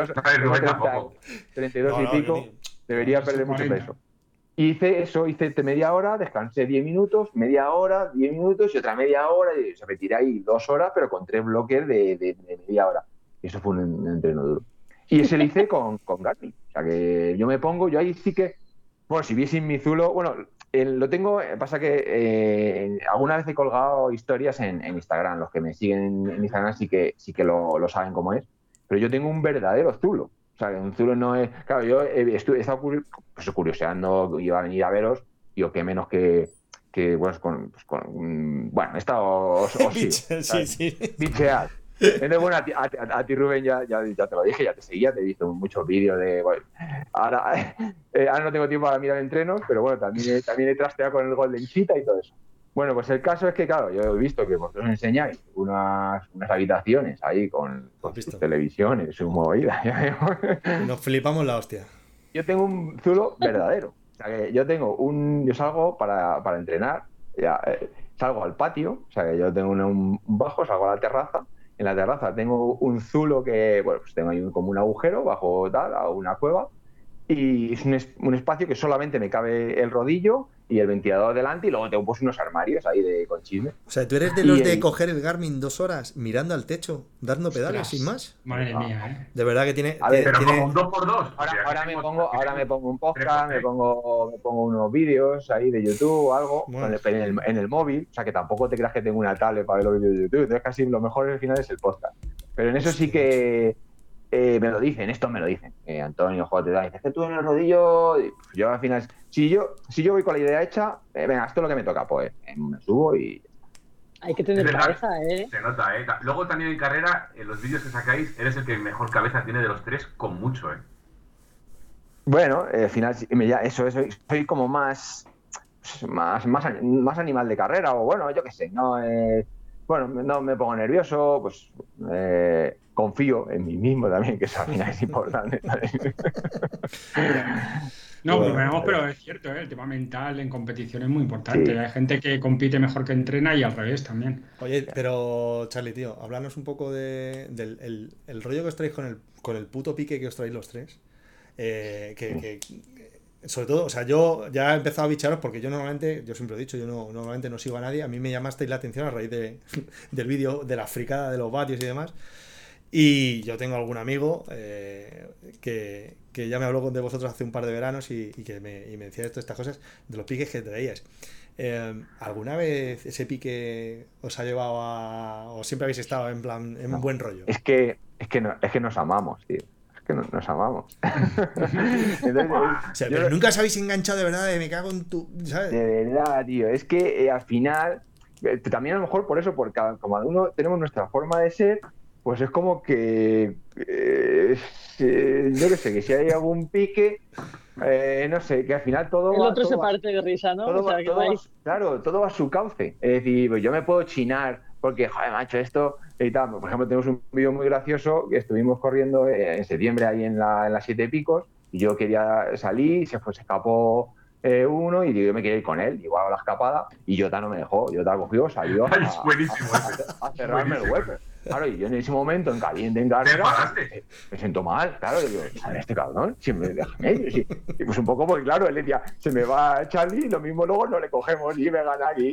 32 y pico, debería perder mucho peso. Y hice media hora, descansé 10 minutos, media hora, 10 minutos y otra media hora, y se me tiré ahí 2 horas, pero con 3 bloques de media hora. Y eso fue un entreno duro. Y ese lo hice con Garmin. O sea que yo ahí sí que, bueno, si vieseis mi zulo, bueno, lo tengo, pasa que alguna vez he colgado historias en Instagram. Los que me siguen en Instagram sí que lo saben cómo es. Pero yo tengo un verdadero zulo. O sea, un zulo no es... Claro, yo he estado curioseando, iba a venir a veros, y qué menos que bueno, bueno, he estado... sí. Bichear. Entonces, bueno, a ti Rubén ya te lo dije, ya te seguía, te he visto muchos vídeos de... Bueno, ahora no tengo tiempo para mirar entrenos, pero bueno, también he trasteado con el Golden Cheetah y todo eso. Bueno, pues el caso es que, claro, yo he visto que vosotros enseñáis unas habitaciones ahí con sus televisiones, su movida. Nos flipamos la hostia. Yo tengo un zulo verdadero. O sea, que yo salgo para entrenar, salgo al patio, o sea, que yo tengo un bajo, salgo a la terraza. En la terraza tengo un zulo que, bueno, pues tengo ahí como un agujero bajo a una cueva, y es un espacio que solamente me cabe el rodillo y el ventilador delante, y luego tengo pues unos armarios ahí con chisme. O sea, tú eres de los de coger el Garmin 2 horas mirando al techo, dando pedales sin más. Madre mía, De verdad que tiene... pero como un 2x2. Ahora me pongo un podcast, me pongo unos vídeos ahí de YouTube o algo, bueno, en el móvil. O sea, que tampoco te creas que tengo una tablet para ver los vídeos de YouTube. Entonces casi lo mejor al final es el podcast. Pero en eso sí que... me lo dicen, Antonio, joder, dices que tú en el rodillo, yo al final, si yo voy con la idea hecha, venga, esto es lo que me toca, pues me subo y Hay que tener cabeza, Se nota, Luego también en carrera, en los vídeos que sacáis, eres el que mejor cabeza tiene de los tres, con mucho, Bueno, al final, soy como más animal de carrera, o bueno, yo qué sé, no me pongo nervioso, pues confío en mí mismo también, que eso al final es importante. No, pero es cierto, el tema mental en competición es muy importante. Sí. Hay gente que compite mejor que entrena y al revés también. Oye, pero Charlie, tío, háblanos un poco del rollo que os traéis con el puto pique que os traéis los tres. Que sobre todo, o sea, yo ya he empezado a bicharos porque yo siempre he dicho, yo normalmente no sigo a nadie. A mí me llamasteis la atención a raíz del vídeo de la fricada de los vatios y demás. Y yo tengo algún amigo que ya me habló de vosotros hace un par de veranos y me decía estas cosas de los piques que traíais. ¿Alguna vez ese pique os ha llevado o siempre habéis estado en plan en buen rollo? Es que nos amamos, tío. Nos amamos. Entonces, o sea, pero nunca os habéis enganchado de verdad, me cago en tu, ¿sabes? De verdad, tío. Es que al final, también a lo mejor por eso, porque cada uno tenemos nuestra forma de ser, pues es como que yo qué sé, que si hay algún pique, no sé, que al final todo el otro se parte de risa, ¿no? Todo va a su cauce. Es decir, pues yo me puedo chinar porque, joder, macho, esto y tal. Por ejemplo, tenemos un vídeo muy gracioso que estuvimos corriendo en septiembre ahí en las 7 Picos y yo quería salir, se escapó uno y yo me quería ir con él, igual a la escapada y Jota no me dejó, Jota cogió, salió a cerrarme el web. Claro, y yo en ese momento, en caliente, en carrera, me siento mal, claro, digo, ¿sabes este cabrón? Siempre déjame. Y pues un poco, porque claro, él decía, se me va Charlie y lo mismo luego no le cogemos y me gana aquí.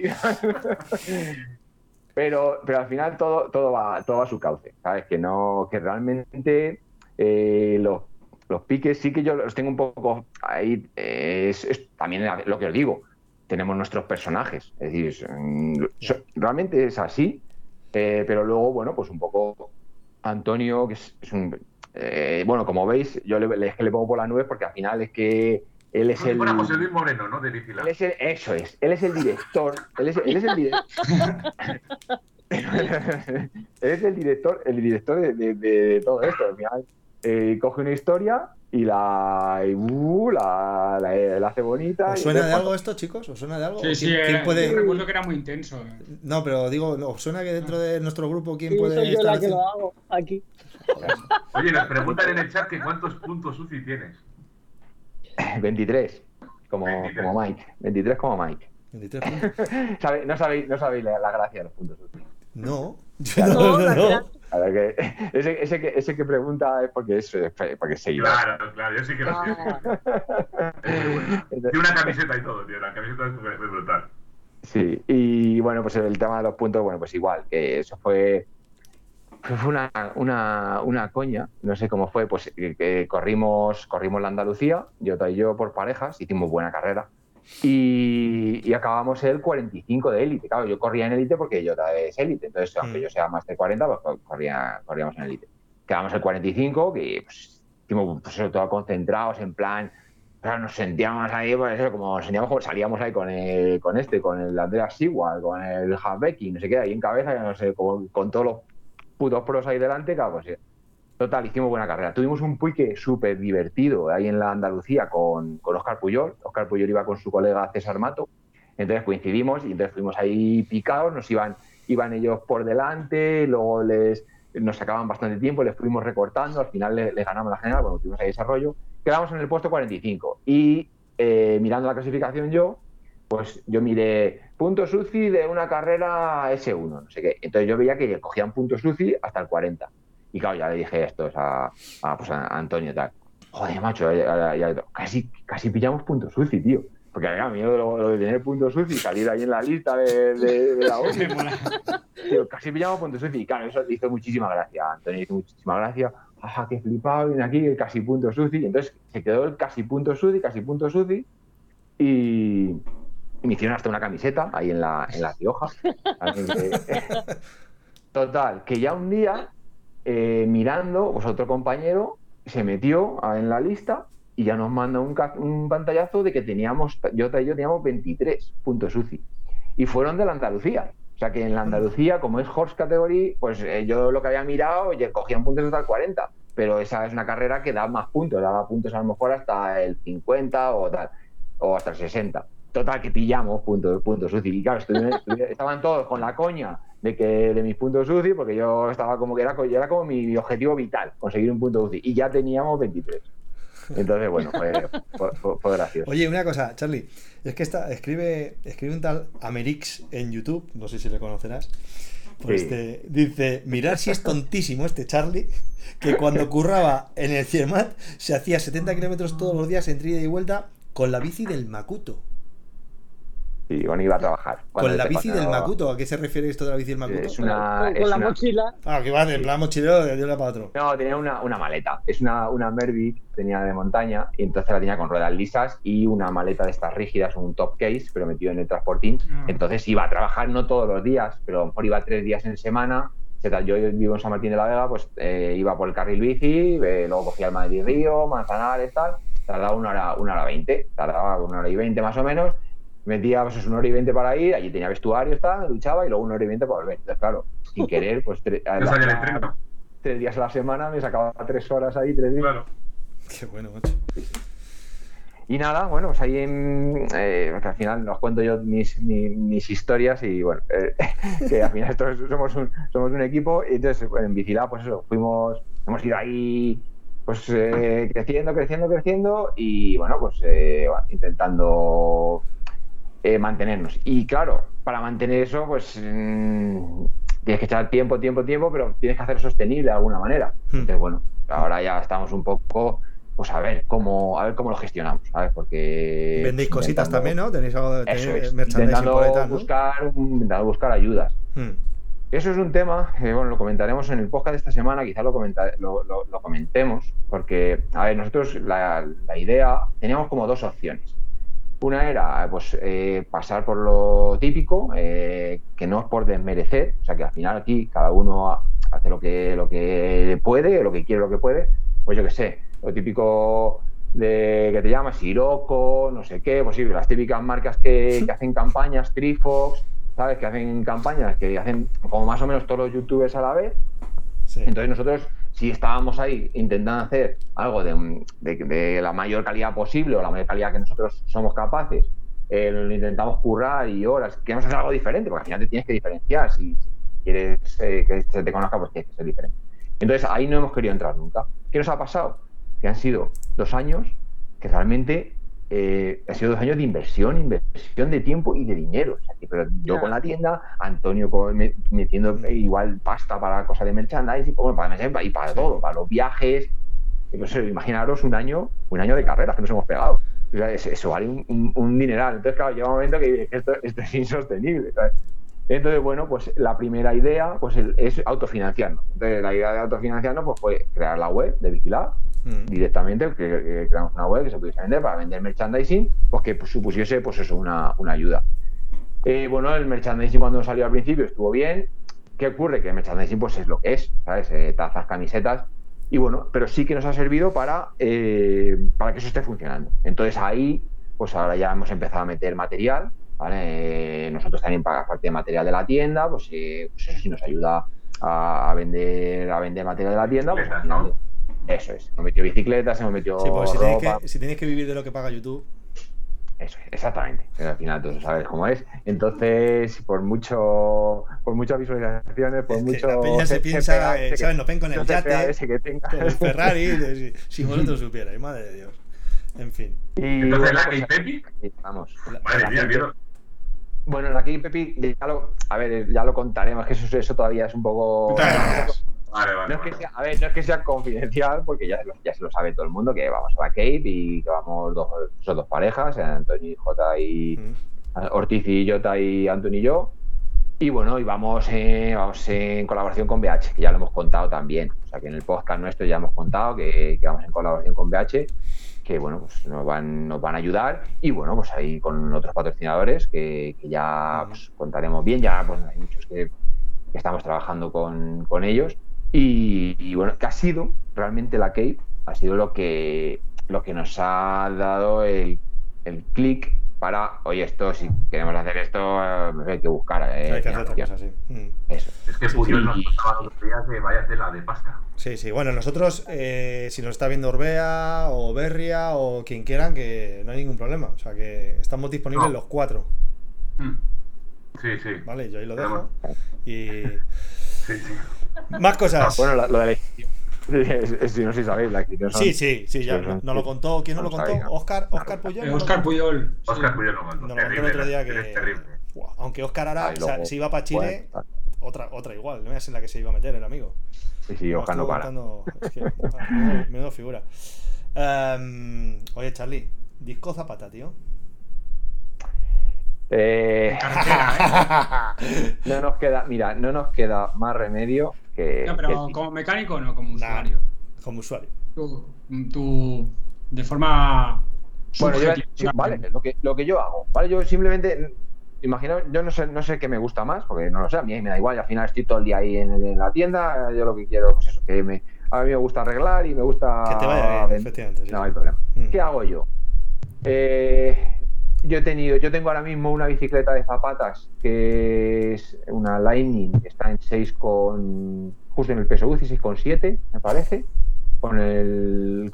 Pero al final todo va a su cauce, ¿sabes? Que realmente los piques sí que yo los tengo un poco ahí, es también lo que os digo, tenemos nuestros personajes, es decir, realmente es así. Pero luego, bueno, pues un poco Antonio, que es un... bueno, como veis, yo le pongo por las nubes porque al final es que él es el... José Luis Moreno, ¿no? De Vigilar. Eso es, él es el director. Él es el director de todo esto. Al final coge una historia y la hace bonita. ¿Os suena de algo esto, chicos? ¿Os suena de algo? Sí, ¿quién puede...? Yo recuerdo que era muy intenso. No, pero digo, ¿os suena que dentro de nuestro grupo quién sí, puede soy yo estar la que lo hago aquí? Oye, nos preguntan en el chat que ¿cuántos puntos UCI tienes? 23, como Mike. 23 como Mike. 23 puntos. No sabéis la gracia de los puntos UCI. No. No. A ver, que ese que pregunta es porque es seguidor. Claro, yo sí que lo sé. Tiene una camiseta y todo, tío. La camiseta es brutal. Sí, y bueno, pues el tema de los puntos, bueno, pues igual, que eso fue una coña, no sé cómo fue, pues que corrimos la Andalucía, Jota y yo por parejas, hicimos buena carrera. Y acabamos el 45 de élite. Claro, yo corría en élite porque Jota es élite, entonces aunque yo sea más de 40, pues corríamos en élite. Quedamos el 45, que pues estuvimos pues, todo concentrados, en plan, claro, nos sentíamos ahí, pues eso, como salíamos ahí con el Andreas Sigwald, con el Halfbecking, no sé qué, ahí en cabeza, no sé, con todos los putos pros ahí delante, claro, pues total, hicimos buena carrera. Tuvimos un pique súper divertido ahí en la Andalucía con Óscar Puyol. Óscar Puyol iba con su colega César Mato. Entonces coincidimos y entonces fuimos ahí picados. Nos iban ellos por delante, luego nos sacaban bastante tiempo, les fuimos recortando. Al final les ganamos la general, bueno, tuvimos ahí desarrollo. Quedamos en el puesto 45. Y mirando la clasificación pues yo miré puntos UCI de una carrera S1, no sé qué. Entonces yo veía que cogían puntos UCI hasta el 40. Y claro, ya le dije esto a Antonio y tal. Joder, macho, casi pillamos puntos UCI, tío. Porque a mí lo de tener puntos UCI y salir ahí en la lista de la OCI. Tío, casi pillamos puntos UCI. Y claro, eso le hizo muchísima gracia. Antonio hizo muchísima gracia. Ajá, qué flipado, viene aquí, casi puntos UCI. Entonces se quedó el casi puntos UCI. Y me hicieron hasta una camiseta ahí en la Rioja. Total, que ya un día... mirando, pues otro compañero se metió en la lista y ya nos manda un pantallazo de que Jota y yo teníamos 23 puntos UCI y fueron de la Andalucía. O sea que en la Andalucía, como es Horse Category, pues yo lo que había mirado, cogían puntos hasta el 40, pero esa es una carrera que da más puntos, daba puntos a lo mejor hasta el 50 o tal, o hasta el 60. Total, que pillamos puntos UCI. Y claro, estaban todos con la coña de mis puntos UCI, porque yo estaba como que era como mi objetivo vital, conseguir un punto UCI, y ya teníamos 23. Entonces, bueno, fue gracioso. Oye, una cosa, Charlie, es que escribe un tal Amerix en YouTube, no sé si le conocerás, pues sí. Dice, mirad si es tontísimo este Charlie, que cuando curraba en el Zermatt se hacía 70 kilómetros todos los días entre ida y vuelta con la bici del Macuto. Sí, bueno, iba a trabajar. ¿Con la bici del Macuto? ¿A qué se refiere esto de la bici del Macuto? Con la mochila. Ah, que va en plan mochilero de un lado para otro. No, tenía una maleta. Es una Mervic, tenía de montaña, y entonces la tenía con ruedas lisas y una maleta de estas rígidas, un top case, pero metido en el transportín. Entonces iba a trabajar no todos los días, pero a lo mejor iba 3 días en semana. Yo vivo en San Martín de la Vega, pues iba por el carril bici, luego cogía el Madrid-Río, Manzanares, tal. Tardaba una hora 20, tardaba 1 hora y 20 más o menos. Metía pues 1 hora y 20 para ir, allí tenía vestuario, me duchaba y luego 1 hora y 20 para volver. Entonces, claro, sin querer, pues 3 días a la semana me sacaba 3 horas ahí, 3 días. Claro. Qué bueno, macho. Y nada, bueno, pues ahí que al final os cuento yo mis historias y bueno, que al final somos un equipo, y entonces en Bicilab, pues eso, hemos ido ahí pues creciendo y bueno, pues intentando mantenernos. Y claro, para mantener eso, pues tienes que echar tiempo, pero tienes que hacerlo sostenible de alguna manera. Entonces, bueno, ahora ya estamos un poco, pues a ver cómo lo gestionamos, ¿sabes? Porque vendéis cositas también, ¿no? Tenéis algo de merchandising por ahí, ¿no? Intentando buscar ayudas. Eso es un tema que, bueno, lo comentaremos en el podcast de esta semana, quizás lo comentemos, porque, a ver, nosotros la idea, teníamos como 2 opciones. Una era, pues, pasar por lo típico, que no es por desmerecer, o sea, que al final aquí cada uno hace lo que puede, lo que quiere, lo que puede, pues yo qué sé, lo típico de que te llamas Sirocco, no sé qué, pues sí, las típicas marcas que hacen campañas, Trifox, ¿sabes? Que hacen campañas, que hacen como más o menos todos los youtubers a la vez. Sí. Entonces nosotros, si estábamos ahí intentando hacer algo de la mayor calidad posible o la mayor calidad que nosotros somos capaces, lo intentamos currar y horas, queremos hacer algo diferente, porque al final te tienes que diferenciar. Si quieres que se te conozca, pues tienes que ser diferente. Entonces ahí no hemos querido entrar nunca. ¿Qué nos ha pasado? Que han sido 2 años que realmente han sido 2 años de inversión de tiempo y de dinero. O sea, pero yo con la tienda, Antonio metiendo igual pasta para cosas de merchandising, y para todo, para los viajes. Pues, imaginaros un año de carreras que nos hemos pegado. O sea, eso vale un dineral. Entonces, claro, llega un momento que esto es insostenible, ¿sabes? Entonces, bueno, pues la primera idea pues es autofinanciarnos. Entonces, la idea de autofinanciarnos pues fue crear la web de Bicilab directamente, que creamos una web que se pudiese vender para vender merchandising, pues que supusiese pues eso, una ayuda. Bueno, el merchandising cuando salió al principio estuvo bien. ¿Qué ocurre? Que el merchandising pues es lo que es, ¿sabes? Tazas, camisetas, y bueno, pero sí que nos ha servido para que eso esté funcionando. Entonces ahí, pues ahora ya hemos empezado a meter material, ¿vale? Nosotros también pagamos parte de material de la tienda, pues eso sí nos ayuda a vender material de la tienda, pues al final, eso es, hemos metido bicicletas, hemos metido ropa. Si tenéis que vivir de lo que paga YouTube. Eso es, exactamente. Al final tú sabes cómo es. Entonces, por muchas visualizaciones, por mucho... La peña se piensa, ¿sabes? Nos ven con el yate, con el Ferrari, si vosotros supierais, madre de Dios. En fin. Y entonces la Key Pepi, vamos. Madre mía, ¿vieron? Bueno, la Key Pepi, ya lo contaremos, que eso todavía es un poco... Vale. No es que sea confidencial, porque ya se lo sabe todo el mundo, que vamos a la Cape y que vamos son 2 parejas, Antonio y Jota y Ortiz y Jota y Antonio y yo. Y bueno, y vamos en colaboración con BH, que ya lo hemos contado también. O sea, que en el podcast nuestro ya hemos contado que vamos en colaboración con BH, que bueno, pues nos van a ayudar. Y bueno, pues ahí con otros patrocinadores que ya pues, contaremos bien. Ya pues hay muchos que estamos trabajando con ellos. Y bueno, que ha sido realmente la Cape, ha sido lo que nos ha dado el clic para, oye, esto, si queremos hacer esto, hay que buscar. Hay que hacer otra cosa, sí. Eso. Es que Puyol nos pasaba los días de vaya tela de pasta. Sí, sí. Bueno, nosotros, si nos está viendo Orbea o Berria o quien quieran, que no hay ningún problema. O sea, que estamos disponibles los 4. Sí, sí. Vale, yo ahí lo dejo. Y. Sí, sí. Más cosas. Bueno, lo de la inscripción. Si no sé si sabéis, la inscripción son... Sí, ya nos lo contó. ¿Quién nos lo contó? ¿Óscar Puyol? Óscar Puyol. Óscar Puyol lo contó. Nos lo contó el otro día que. Es terrible. Aunque Óscar ahora se iba para Chile, Bueno, otra igual. No es en la que se iba a meter el amigo. Sí, Óscar no para. Es que, menudo figura. Oye, Charlie, disco Zapata, tío. No nos queda más remedio que. No, pero como mecánico o no, como usuario. Como usuario. Tú de forma. Bueno, vale, lo que yo hago, ¿vale? Yo simplemente. Imagino, yo no sé qué me gusta más, porque no lo sé, a mí me da igual, y al final estoy todo el día ahí en la tienda, yo lo que quiero, pues eso, a mí me gusta arreglar y me gusta... Que te vaya bien, efectivamente. Sí. No hay problema. ¿Qué hago yo? Yo tengo ahora mismo una bicicleta de zapatas que es una Lightning, que está en 6 justo en el peso UCI, 6,7, me parece, con el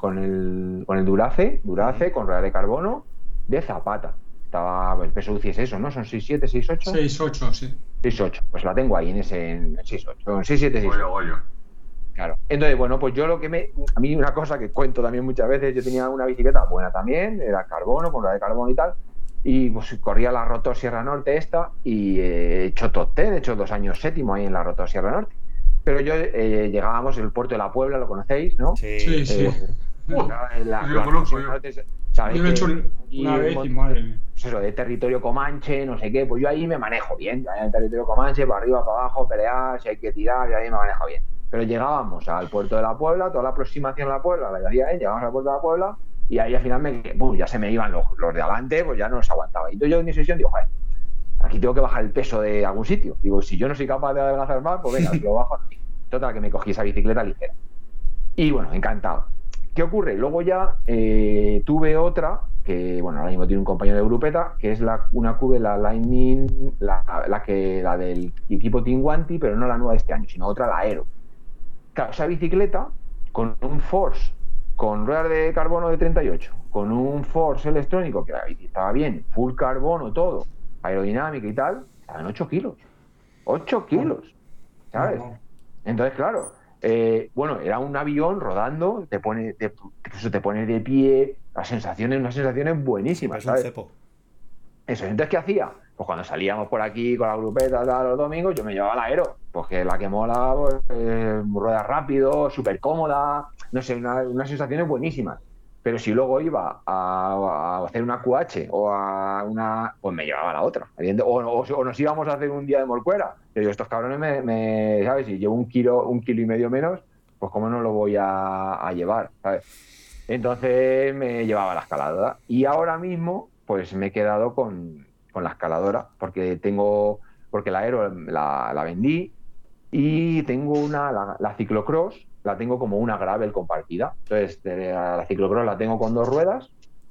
Durace, con rueda de carbono, de Zapata. El peso UCI es eso, ¿no? Son 6,7, 6,8. 6,8, sí. 6,8. Pues la tengo ahí en 6,8. Son 6,7, 6,8. Claro. Entonces, bueno, pues yo a mí una cosa que cuento también muchas veces, yo tenía una bicicleta buena también, era carbono, con rueda de carbono y tal, y pues corría la Rotor Sierra Norte esta, y he hecho top 10, he hecho 2 años séptimo ahí en la Rotor Sierra Norte. Pero yo llegábamos el puerto de la Puebla, lo conocéis, ¿no? Sí. Yo lo conozco yo. Yo lo he hecho una vez y madre mía. Pues eso, de territorio comanche, no sé qué, pues yo ahí me manejo bien, en el territorio comanche, para arriba, para abajo, pelear, si hay que tirar, yo ahí me manejo bien. Pero llegábamos al puerto de la Puebla, toda la aproximación a la Puebla, la hacía él, llegábamos al puerto de la Puebla, y ahí al final ya se me iban los de adelante, pues ya no los aguantaba. Y entonces yo en mi sesión digo, joder, aquí tengo que bajar el peso de algún sitio. Digo, si yo no soy capaz de adelgazar más, pues venga, lo bajo aquí. Total, que me cogí esa bicicleta ligera. Y bueno, encantado. ¿Qué ocurre? Luego ya tuve otra, que bueno, ahora mismo tiene un compañero de grupeta, que es una Cube, la Lightning, la del equipo Tinguanti, pero no la nueva de este año, sino otra, la Aero. Claro, esa bicicleta, con un Force, con ruedas de carbono de 38, con un Force electrónico, que la bici estaba bien, full carbono, todo, aerodinámica y tal, estaban 8 kilos. 8 kilos, ¿sabes? Entonces, claro... bueno, era un avión rodando, te pones de pie, unas sensaciones buenísimas. Es un cepo. Eso, entonces, ¿qué hacía? Pues cuando salíamos por aquí con la grupeta los domingos, yo me llevaba la Aero, porque la que mola, pues, rueda rápido, súper cómoda, no sé, unas sensaciones buenísimas. Pero si luego iba a hacer una QH o a una... pues me llevaba la otra. O nos íbamos a hacer un día de Morcuera. Yo digo, estos cabrones ¿sabes? Si llevo un kilo y medio menos, pues cómo no lo voy a llevar, ¿sabes? Entonces me llevaba la escaladora. Y ahora mismo, pues me he quedado con la escaladora, porque la Aero la vendí y tengo la ciclocross, la tengo como una gravel compartida. Entonces, la ciclocross la tengo con 2 ruedas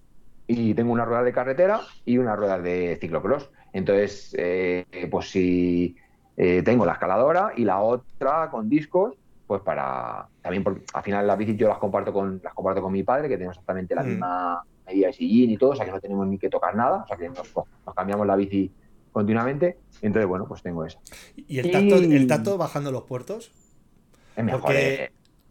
y tengo una rueda de carretera y una rueda de ciclocross. Entonces, pues si tengo la escaladora y la otra con discos, pues también porque al final las bicis yo las comparto con mi padre, que tenemos exactamente la misma medida de sillín y todo, o sea que no tenemos ni que tocar nada, o sea que nos cambiamos la bici continuamente. Entonces, bueno, pues tengo esa. ¿Y el tacto bajando los puertos? Es mejor, porque...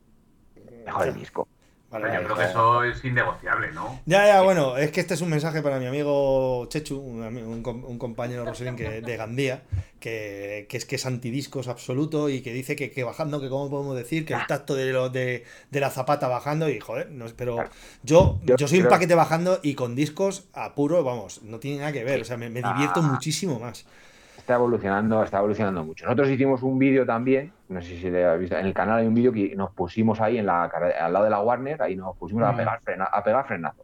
mejor el disco. Vale, yo creo que eso es innegociable, ¿no? Ya, bueno, es que este es un mensaje para mi amigo Chechu, un compañero Roselín de Gandía, que es antidiscos absoluto y que dice que bajando, que cómo podemos decir, que el tacto de la zapata bajando y joder, no, pero yo soy un paquete bajando y con discos a puro, vamos, no tiene nada que ver, o sea, me divierto muchísimo más. Está evolucionando mucho. Nosotros hicimos un vídeo también, no sé si le habéis visto, en el canal hay un vídeo que nos pusimos ahí al lado de la Warner, ahí nos pusimos a pegar frenazos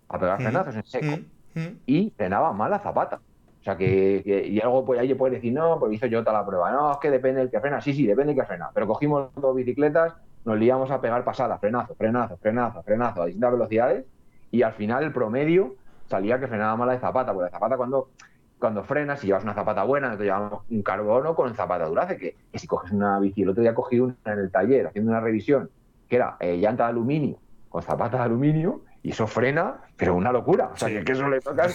en seco, y frenaba mal la zapata. O sea y algo pues ahí le puedes decir, no, pues hizo Jota la prueba, no, es que depende del que frena, sí, depende del que frena, pero cogimos 2 bicicletas, nos liamos a pegar pasadas, frenazo, a distintas velocidades, y al final el promedio salía que frenaba mal la de Zapata, porque la Zapata cuando frenas, si llevas una zapata buena, nosotros llevamos un carbono con zapata durace, que si coges una bici, el otro día cogí una en el taller haciendo una revisión, que era llanta de aluminio con zapatas de aluminio, y eso frena, pero una locura. O sea, que eso le tocas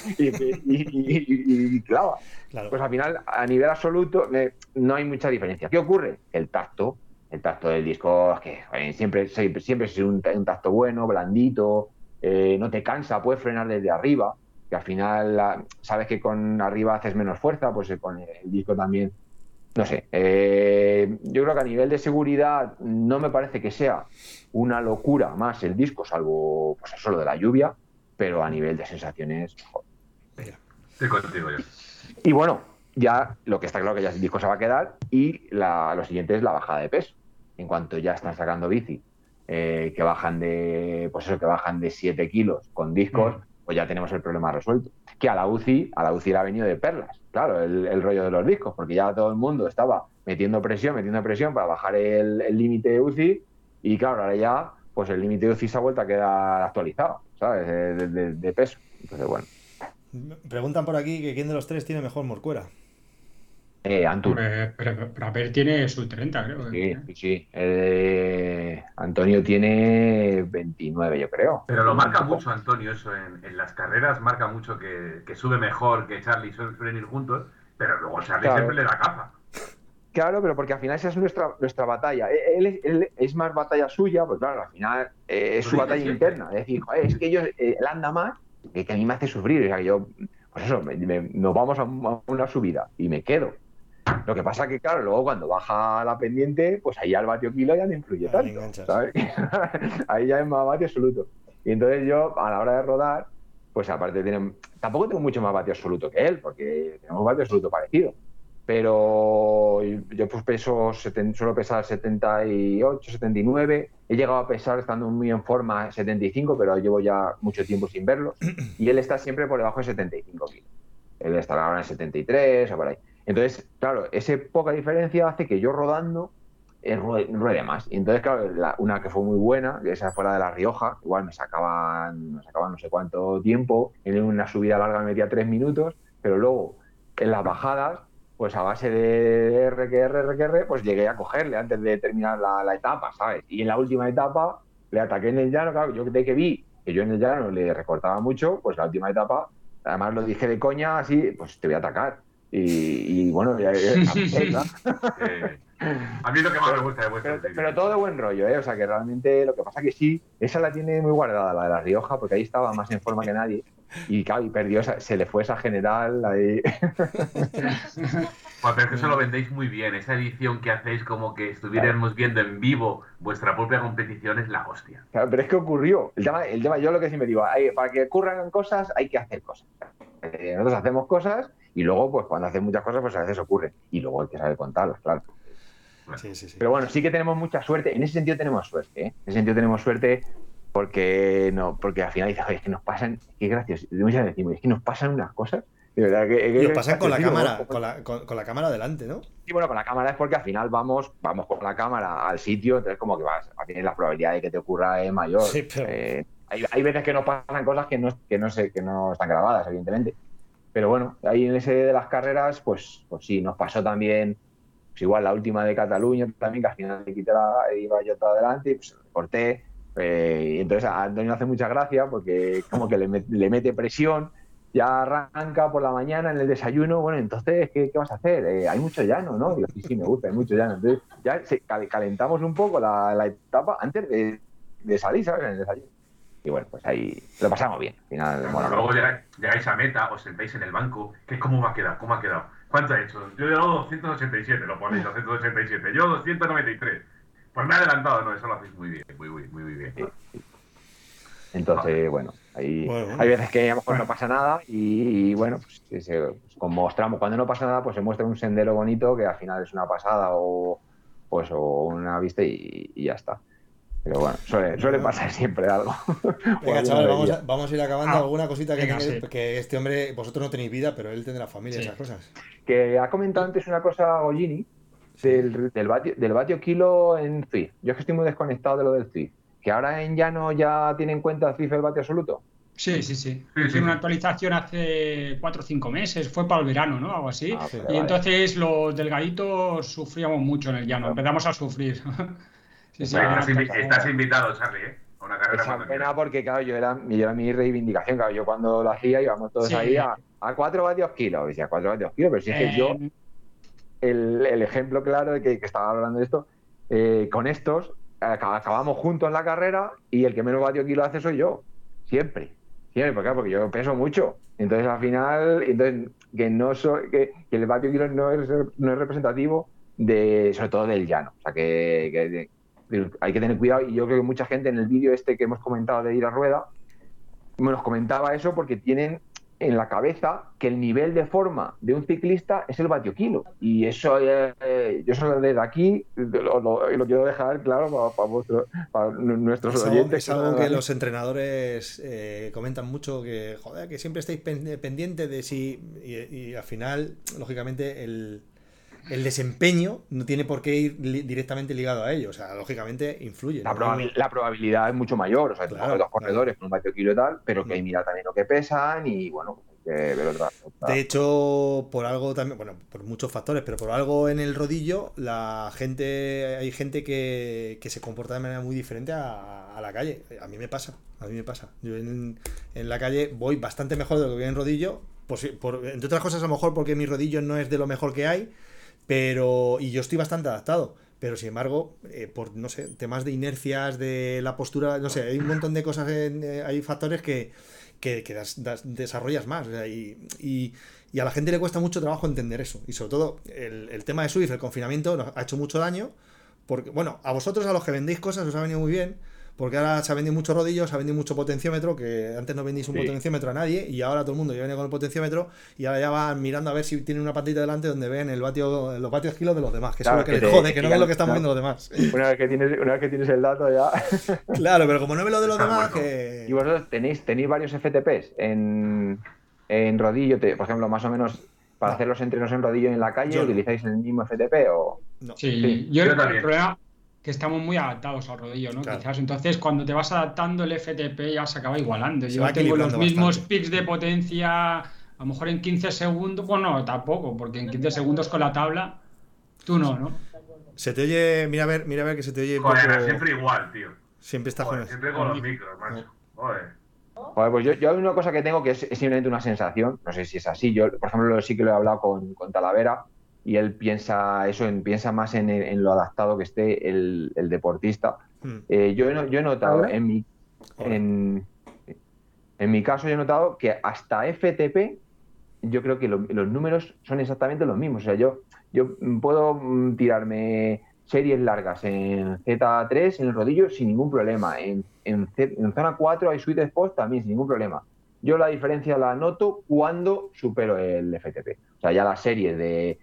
y clava. Claro. Pues al final, a nivel absoluto, no hay mucha diferencia. ¿Qué ocurre? El tacto del disco, es que siempre es un tacto bueno, blandito, no te cansa, puedes frenar desde arriba, que al final sabes que con arriba haces menos fuerza, pues con el disco también, no sé. Yo creo que a nivel de seguridad no me parece que sea una locura más el disco, salvo pues eso, lo de la lluvia, pero a nivel de sensaciones, joder. Estoy contigo yo. Y bueno, ya lo que está claro que ya el disco se va a quedar, y lo siguiente es la bajada de peso. En cuanto ya están sacando bici que bajan de 7 kilos con discos, pues ya tenemos el problema resuelto. Que a la UCI le ha venido de perlas, claro, el rollo de los discos, porque ya todo el mundo estaba metiendo presión para bajar el límite de UCI, y claro, ahora ya pues el límite de UCI se ha vuelto a quedar actualizado, ¿sabes? De peso. Entonces, bueno. Preguntan por aquí que quién de los tres tiene mejor morcuera. Antun. Pero a ver, tiene su 30, creo. Sí. Antonio tiene 29, yo creo. Pero lo marca mucho, Antonio, eso en las carreras marca mucho que sube mejor, que Charlie suelen ir juntos, pero luego Charlie siempre le da caza. Claro, pero porque al final esa es nuestra batalla. Él es más batalla suya, pues claro, al final es su batalla interna. Es decir, joder, es que él anda más, que a mí me hace sufrir. O sea, que yo, pues eso, nos vamos a una subida y me quedo. Lo que pasa que, claro, luego cuando baja la pendiente, pues ahí ya el vatio kilo ya no influye tanto, ¿sabes? Ahí ya es más vatio absoluto. Y entonces yo, a la hora de rodar, pues aparte tampoco tengo mucho más vatio absoluto que él, porque tenemos vatio absoluto parecido. Pero yo pues suelo pesar 78, 79. He llegado a pesar, estando muy en forma, 75, pero llevo ya mucho tiempo sin verlo. Y él está siempre por debajo de 75 kilos. Él estará ahora en 73 o por ahí. Entonces, claro, esa poca diferencia hace que yo rodando ruede más. Y entonces, claro, una que fue muy buena, que esa fue la de La Rioja, igual me sacaban no sé cuánto tiempo, en una subida larga me metía 3 minutos, pero luego en las bajadas, pues a base de R, pues llegué a cogerle antes de terminar la etapa, ¿sabes? Y en la última etapa le ataqué en el llano, claro, yo de que vi que yo en el llano le recortaba mucho, pues la última etapa, además lo dije de coña, así, pues te voy a atacar. Y bueno, ya ¿no? A mí lo que más me gusta de vuestro pero todo de buen rollo, ¿eh? O sea, que realmente lo que pasa que sí, esa la tiene muy guardada, la de La Rioja, porque ahí estaba más en forma que nadie. Y claro, y perdió, se le fue esa general ahí. Pues pero es que eso lo vendéis muy bien. Esa edición que hacéis como que estuviéramos viendo en vivo vuestra propia competición es la hostia. Claro, pero es que ocurrió. El tema, yo lo que siempre digo, para que ocurran cosas hay que hacer cosas. Nosotros hacemos cosas y luego, pues cuando hacen muchas cosas, pues a veces ocurre. Y luego hay que saber contarlas, claro. Sí. Pero bueno, sí que tenemos mucha suerte. En ese sentido tenemos suerte, ¿eh? En ese sentido tenemos suerte porque al final dices, es que nos pasan, qué gracioso. Muchas veces decimos, es que nos pasan unas cosas. De verdad que nos pasan con la cámara, con la cámara delante, ¿no? Sí, bueno, con la cámara es porque al final vamos con la cámara al sitio, entonces como que tienes la probabilidad de que te ocurra es mayor. Sí, pero... hay veces que nos pasan cosas que no están grabadas, evidentemente. Pero bueno, ahí en ese de las carreras, pues sí, nos pasó también, pues igual la última de Cataluña también, que al final iba yo todo adelante, pues corté. Y entonces a Antonio hace mucha gracia porque como que le mete presión, ya arranca por la mañana en el desayuno, bueno, entonces, ¿qué vas a hacer? Hay mucho llano, ¿no? Digo, sí, me gusta, hay mucho llano. Entonces ya calentamos un poco la etapa antes de salir, ¿sabes? En el desayuno. Y bueno, pues ahí lo pasamos bien. Al final, bueno, luego llegáis a meta, os sentáis en el banco. ¿Cómo me ha quedado? ¿Cómo ha quedado? ¿Cuánto ha hecho? Yo he llegado 287, lo ponéis, 287. Yo 293. Pues me he adelantado, no, eso lo hacéis muy bien, muy bien. Sí. Entonces, bueno, hay veces que a lo mejor no pasa nada y bueno, pues mostramos, cuando no pasa nada, pues se muestra un sendero bonito que al final es una pasada o una vista y ya está. Pero bueno, suele pasar siempre algo. Venga, chavales, vamos a ir acabando. ¿Alguna cosita que tengáis? Que este hombre, vosotros no tenéis vida, pero él tendrá familia y esas cosas. Que ha comentado antes una cosa Gollini del vatio kilo en CIF. Yo es que estoy muy desconectado de lo del CIF. Que ahora en llano ya tiene en cuenta el CIF el vatio absoluto. Sí. Hice una actualización hace 4 o 5 meses, fue para el verano, ¿no? Algo así. Y entonces los delgaditos sufríamos mucho en el llano, empezamos a sufrir. Estás invitado, Charlie, ¿eh? A una carrera. Esa pena porque, claro, yo era mi reivindicación. Claro, yo cuando lo hacía íbamos todos ahí a 4 vatios kilo. Decía 4 vatios kilo, pero si es que yo, el ejemplo claro de que estaba hablando de esto, con estos, acabamos juntos en la carrera y el que menos vatio kilo hace soy yo. Siempre, porque yo peso mucho. Entonces, al final, que el vatio kilo no es representativo sobre todo del llano. O sea, que hay que tener cuidado, y yo creo que mucha gente en el vídeo que hemos comentado de ir a rueda nos comentaba eso porque tienen en la cabeza que el nivel de forma de un ciclista es el vatio kilo, y eso yo solo desde aquí lo quiero dejar claro para nuestros oyentes. Es algo que los entrenadores comentan mucho, que joder, que siempre estáis pendientes de si y al final, lógicamente, el desempeño no tiene por qué ir directamente ligado a ello. O sea, lógicamente influye. La probabilidad es mucho mayor. O sea, claro, tengo 2 corredores con un vatio kilo y tal, pero que hay que mirar también lo que pesan y, bueno, hay que ver otra. De hecho, por algo también, bueno, por muchos factores, pero por algo en el rodillo, hay gente que se comporta de manera muy diferente a la calle. A mí me pasa. Yo en la calle voy bastante mejor de lo que voy en rodillo, entre otras cosas, a lo mejor porque mi rodillo no es de lo mejor que hay. Y yo estoy bastante adaptado, pero sin embargo, por, no sé, temas de inercias, de la postura, no sé, hay un montón de cosas, hay factores que desarrollas más, o sea, y a la gente le cuesta mucho trabajo entender eso, y sobre todo el tema de Swift, el confinamiento, nos ha hecho mucho daño, porque, bueno, a vosotros, a los que vendéis cosas, os ha venido muy bien, porque ahora se ha vendido mucho rodillo, se ha vendido mucho potenciómetro, que antes no vendís un potenciómetro a nadie, y ahora todo el mundo ya viene con el potenciómetro, y ahora ya van mirando a ver si tienen una pantallita delante donde ven los vatios kilos de los demás, que claro, eso es lo que les jode, que no ven lo que están moviendo los demás. Una vez que tienes el dato ya. Claro, pero como no ven lo de los demás, que. Y vosotros tenéis varios FTPs en rodillo, por ejemplo, más o menos. Para hacer los entrenos en rodillo en la calle, ¿utilizáis el mismo FTP o...? No. Sí, yo el problema que estamos muy adaptados al rodillo, ¿no? Claro. Quizás, entonces, cuando te vas adaptando, el FTP ya se acaba igualando. Yo tengo los mismos pics de potencia, a lo mejor en 15 segundos, bueno, tampoco, porque en 15 segundos con la tabla, tú no. Se te oye, mira a ver que se te oye... Joder, siempre igual, tío. Siempre está con siempre con los micros, macho. Joder, pues yo hay una cosa que tengo que es simplemente una sensación, no sé si es así. Yo, por ejemplo, sí que lo he hablado con Talavera, y él piensa más en lo adaptado que esté el deportista. Yo he notado en mi caso, yo he notado que hasta FTP yo creo que los números son exactamente los mismos. O sea, yo puedo tirarme series largas en Z3 en el rodillo sin ningún problema. En zona 4 hay sweet spot también sin ningún problema. Yo la diferencia la noto cuando supero el FTP. O sea, ya las series de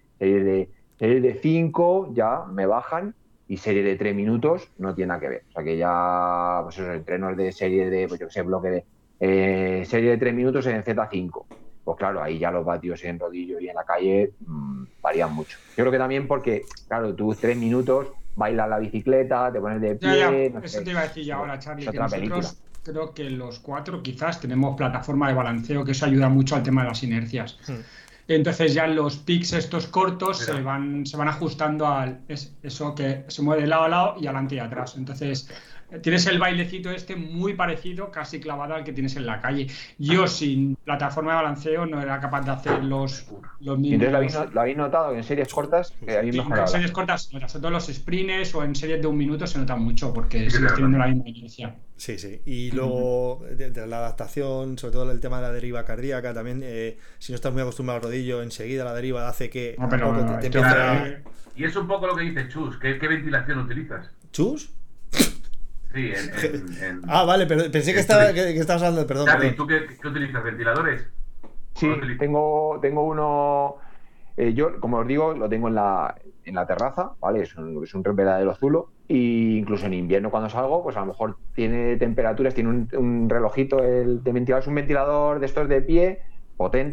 5 ya me bajan, y series de 3 minutos no tiene nada que ver. O sea, que ya, pues esos entrenos de serie de, pues yo que sé, bloque de serie de 3 minutos en Z5. Pues claro, ahí ya los vatios en rodillo y en la calle varían mucho. Yo creo que también porque, claro, tú 3 minutos bailas la bicicleta, te pones de pie... Ya, no eso sé, te iba a decir ya ahora, Charlie, que nosotros película. Creo que los 4 quizás tenemos plataforma de balanceo, que eso ayuda mucho al tema de las inercias. Entonces ya los pics estos cortos se van ajustando al eso que se mueve de lado a lado y adelante y atrás. Entonces tienes el bailecito muy parecido, casi clavado al que tienes en la calle. Yo sin plataforma de balanceo no era capaz de hacer los mismos. Entonces ¿lo habéis notado que en series cortas habéis mejorado? En series cortas, sobre todo los sprints o en series de 1 minuto se nota mucho porque sigues teniendo la misma inercia. Sí. Y luego de la adaptación, sobre todo el tema de la deriva cardíaca, también si no estás muy acostumbrado al rodillo, enseguida la deriva hace que te empiece a... Y es un poco lo que dice Chus. ¿Qué ventilación utilizas? ¿Chus? Sí, vale, pero pensé que estabas hablando de... Perdón. ¿Tú qué utilizas? ¿Ventiladores? Sí, tengo uno... yo, como os digo, lo tengo en la terraza, ¿vale? Es un verdadero zulo. Y incluso en invierno cuando salgo, pues a lo mejor tiene temperaturas, tiene un relojito de ventilador, es un ventilador de estos de pie, potente,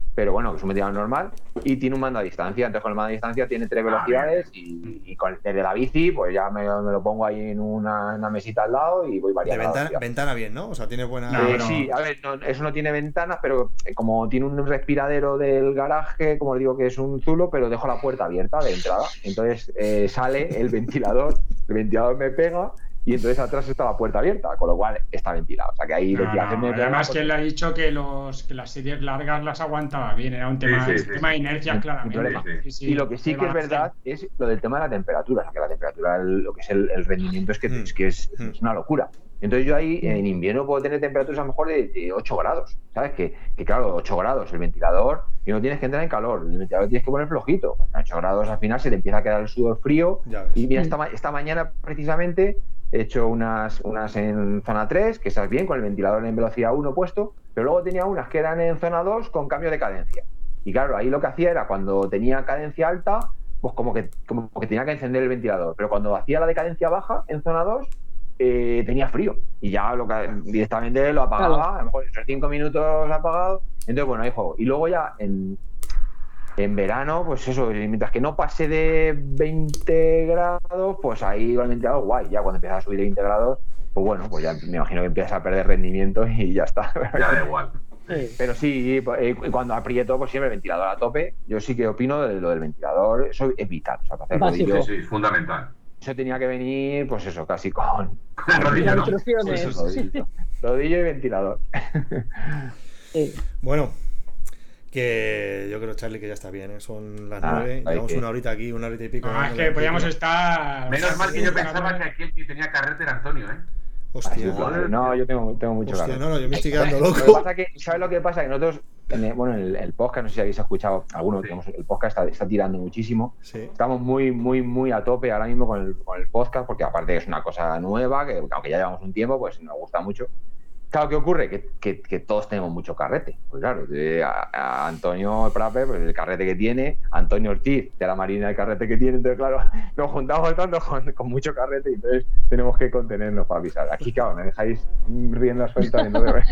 pero bueno, que es un ventilador normal y tiene un mando a distancia. Entonces con el mando a distancia tiene 3 velocidades y desde la bici pues ya me lo pongo ahí en una mesita al lado y voy variando. De ventana bien, ¿no? O sea, tiene buena... Sí, a ver, eso no tiene ventanas, pero como tiene un respiradero del garaje, como les digo que es un Zulo, pero dejo la puerta abierta de entrada. Entonces sale el ventilador me pega y entonces atrás está la puerta abierta, con lo cual está ventilado. O sea que ahí ventilación además que él ha dicho que las series largas las aguantaba bien, era un tema, tema de inercias claramente. Y lo que sí que es verdad es lo del tema de la temperatura, o sea que la temperatura, lo que es el rendimiento es que es una locura. Entonces yo ahí en invierno puedo tener temperaturas a lo mejor de 8 grados, ¿sabes? Que claro, 8 grados, el ventilador, y no tienes que entrar en calor, el ventilador tienes que poner flojito. A 8 grados al final se te empieza a quedar el sudor frío. Y mira, esta mañana precisamente he hecho unas en zona 3, que esas bien, con el ventilador en velocidad 1 puesto, pero luego tenía unas que eran en zona 2 con cambio de cadencia. Y claro, ahí lo que hacía era cuando tenía cadencia alta, pues como que tenía que encender el ventilador, pero cuando hacía la de cadencia baja en zona 2, tenía frío y ya directamente lo apagaba, a lo mejor esos 5 minutos apagado. Entonces bueno, ahí juego. Y luego ya en verano, pues eso, mientras que no pase de 20 grados, pues ahí va el ventilador guay. Ya cuando empieza a subir de 20 grados, pues bueno, pues ya me imagino que empiezas a perder rendimiento y ya está. Ya da igual. Pero sí, cuando aprieto, pues siempre el ventilador a tope. Yo sí que opino de lo del ventilador, eso es vital, o sea, para hacer rodillo. Sí, es fundamental. Eso tenía que venir, pues eso, casi con rodillo, ¿no? Rodillo y ventilador. Bueno, que yo creo, Charlie, que ya está bien, ¿eh? Son las 9, llevamos una horita aquí, una horita y pico. Es que podíamos estar... Menos mal que yo pensaba que aquí el que tenía carrete era Antonio, ¿eh? Hostia, no, yo tengo mucho carrete. No, yo me estoy quedando loco. ¿Sabes lo que pasa? Que nosotros, el podcast, no sé si habéis escuchado alguno, el podcast está tirando muchísimo. Sí. Estamos muy, muy, muy a tope ahora mismo con el podcast, porque aparte es una cosa nueva, que aunque ya llevamos un tiempo, pues nos gusta mucho. Claro, ¿qué ocurre? Que todos tenemos mucho carrete. Pues claro, a Antonio Prape, pues el carrete que tiene, Antonio Ortiz, de la Marina, el carrete que tiene, entonces claro, nos juntamos tanto con mucho carrete y entonces tenemos que contenernos para avisar. Aquí, claro, me dejáis rienda suelta y no debo.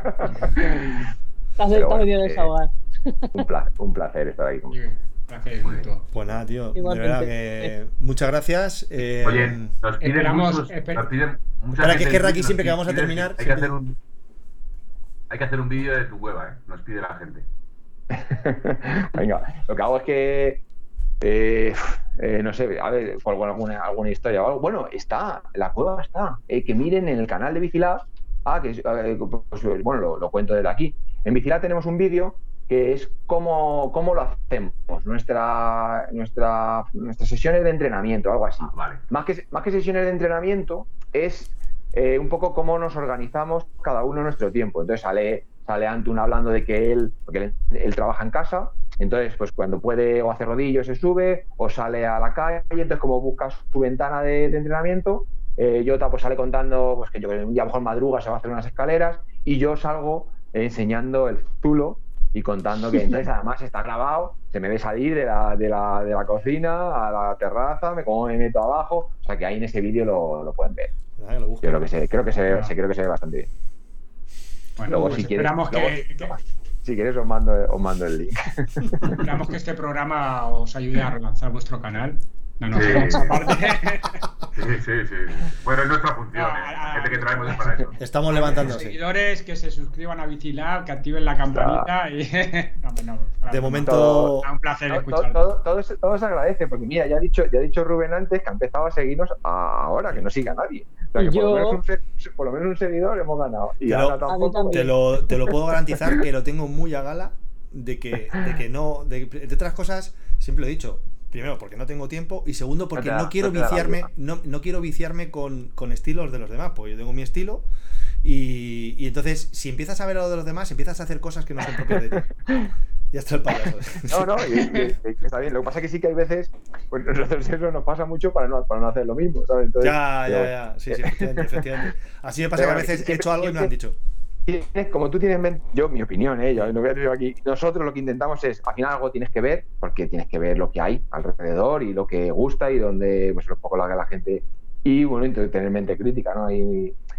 Estás venido a desahogar. Un placer estar ahí conmigo. Pues nada, tío, de verdad que muchas gracias. Oye, nos piden muchos, para que es que Raki siempre que vamos a terminar hay que hacer un vídeo de tu cueva, nos pide la gente. Venga, lo que hago es que no sé, a ver, por alguna historia o algo. Bueno, la cueva está, que miren en el canal de Bicilab. Pues, bueno, lo cuento desde aquí. En Bicilab tenemos un vídeo que es cómo lo hacemos, nuestras sesiones de entrenamiento, algo así. Vale. Más que sesiones de entrenamiento, es un poco cómo nos organizamos cada uno nuestro tiempo. Entonces sale Antun hablando de que porque él trabaja en casa, entonces pues cuando puede o hace rodillos se sube o sale a la calle, entonces como busca su ventana de entrenamiento, Jota pues sale contando pues que un día a lo mejor madruga, se va a hacer unas escaleras y yo salgo enseñando el Zulo y contando que entonces además está grabado, se me ve salir de la cocina a la terraza, me meto abajo, o sea que ahí en ese vídeo lo pueden ver. Yo creo que se ve bastante bien. Bueno, luego, pues si quieres, si quieres os mando el link. Esperamos que este programa os ayude a relanzar vuestro canal. Sí. Bueno, es nuestra función. La gente que traemos es para eso. Estamos levantándose. Seguidores que se suscriban a Bicilab, que activen la campanita y... de momento... Un placer escuchar. Todo se agradece, porque mira, ya ha dicho Rubén antes que ha empezado a seguirnos ahora, que no siga nadie. O sea, que por lo menos un seguidor hemos ganado. Y ahora tampoco... Te lo puedo garantizar que lo tengo muy a gala de que no... De otras cosas, siempre lo he dicho. Primero, porque no tengo tiempo, y segundo, porque no quiero viciarme con estilos de los demás, porque yo tengo mi estilo, y entonces, si empiezas a ver lo de los demás, empiezas a hacer cosas que no son propias de ti. Ya está el payaso. No, está bien. Lo que pasa es que sí que hay veces, pues nosotros eso nos pasa mucho para no hacer lo mismo, ¿sabes? Entonces, ya. Sí, efectivamente. Así me pasa que a veces he hecho algo y me han dicho. Como tú tienes yo mi opinión, yo no voy a decir aquí, nosotros lo que intentamos es, al final algo tienes que ver, porque tienes que ver lo que hay alrededor y lo que gusta y donde pues un poco lo haga la gente, y bueno, tener mente crítica, ¿no? Y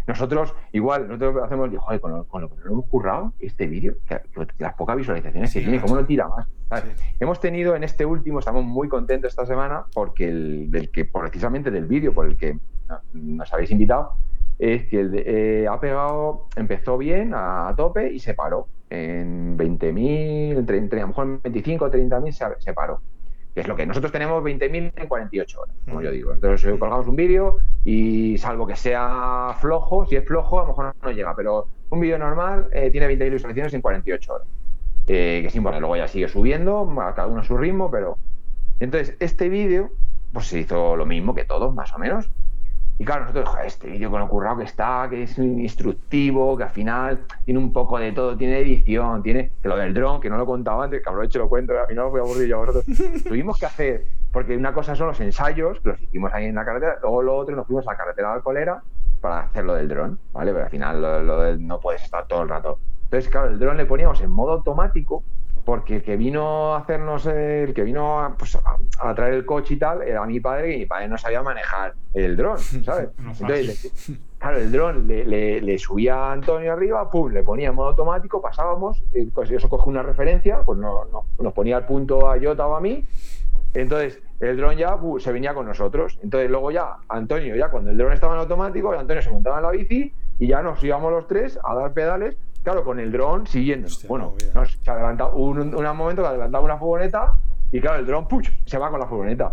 nosotros hacemos, joder, con lo que nos hemos currado, este vídeo, que las pocas visualizaciones que tiene, ¿cómo no tira más? ¿Sabes? Sí. Hemos tenido en este último, estamos muy contentos esta semana, porque precisamente del vídeo por el que nos habéis invitado, es que empezó bien a tope y se paró. En 20.000, entre a lo mejor 25 o 30.000 se paró. Que es lo que nosotros tenemos 20.000 en 48 horas, como yo digo. Entonces colgamos un vídeo y salvo que sea flojo, si es flojo a lo mejor no llega, pero un vídeo normal tiene 20.000 visualizaciones en 48 horas. Que es importante, luego ya sigue subiendo, a cada uno a su ritmo, pero... Entonces, este vídeo, pues se hizo lo mismo que todos, más o menos. Y claro, nosotros, joder, este vídeo con lo currado que está, que es instructivo, que al final tiene un poco de todo, tiene edición, tiene que lo del dron, que no lo he contado antes, que aprovecho y lo cuento, al final lo voy a aburrir yo a vosotros. Tuvimos que hacer, porque una cosa son los ensayos, que los hicimos ahí en la carretera, luego lo otro nos fuimos a la carretera de Alcolera para hacer lo del dron, ¿vale? Pero al final no puedes estar todo el rato. Entonces, claro, el dron le poníamos en modo automático, porque el que vino a hacernos, a traer el coche y tal, era mi padre, y mi padre no sabía manejar el dron, ¿sabes? Entonces, claro, el dron le subía a Antonio arriba, pum, le ponía en modo automático, pasábamos, pues eso coge una referencia, pues nos ponía al punto a Jota o a mí, entonces el dron ya se venía con nosotros. Entonces luego ya, Antonio, ya cuando el dron estaba en automático, Antonio se montaba en la bici y ya nos íbamos los tres a dar pedales, claro, con el dron siguiendo. Bueno, se adelanta un momento que adelantaba una furgoneta y claro, el dron se va con la furgoneta.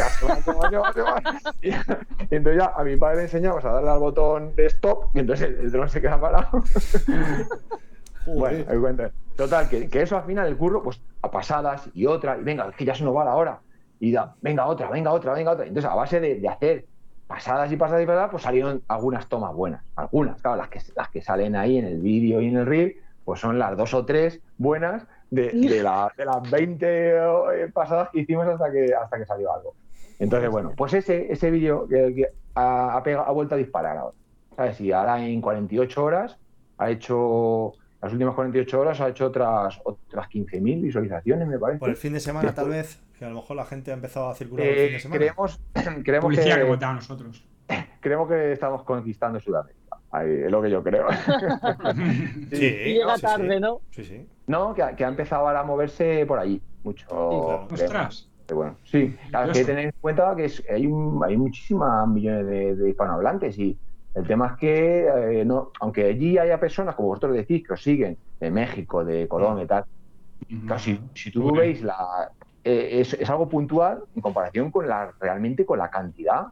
Y entonces ya a mi padre le enseñamos a darle al botón de stop y entonces el dron se queda parado. Bueno, ahí cuenta. Total, que eso al final el curro, pues a pasadas y otra, y venga, que ya se nos va la hora. Y venga otra. Entonces a base de hacer pasadas y pasadas, pues salieron algunas tomas buenas. Algunas, claro, las que salen ahí en el vídeo y en el reel, pues son las 2 o 3 buenas de las 20 pasadas que hicimos hasta que salió algo. Entonces, bueno, pues ese vídeo que ha vuelto a disparar ahora. ¿Sabes? Y ahora en 48 horas las últimas 48 horas ha hecho otras 15.000 visualizaciones, me parece. Por el fin de semana, tal vez, que a lo mejor la gente ha empezado a circular el fin de semana. Creemos publicidad que votamos nosotros. Creemos que estamos conquistando Sudamérica. Ahí es lo que yo creo. Sí, llega tarde, ¿no? Sí. No, que ha empezado ahora a moverse por allí mucho. Sí, claro. Ostras. Bueno, sí, claro, hay que tener en cuenta que hay muchísimas millones de hispanohablantes y el tema es que, aunque allí haya personas, como vosotros decís, que os siguen, de México, de Colombia y tal, claro, si tú veis, es algo puntual en comparación con realmente con la cantidad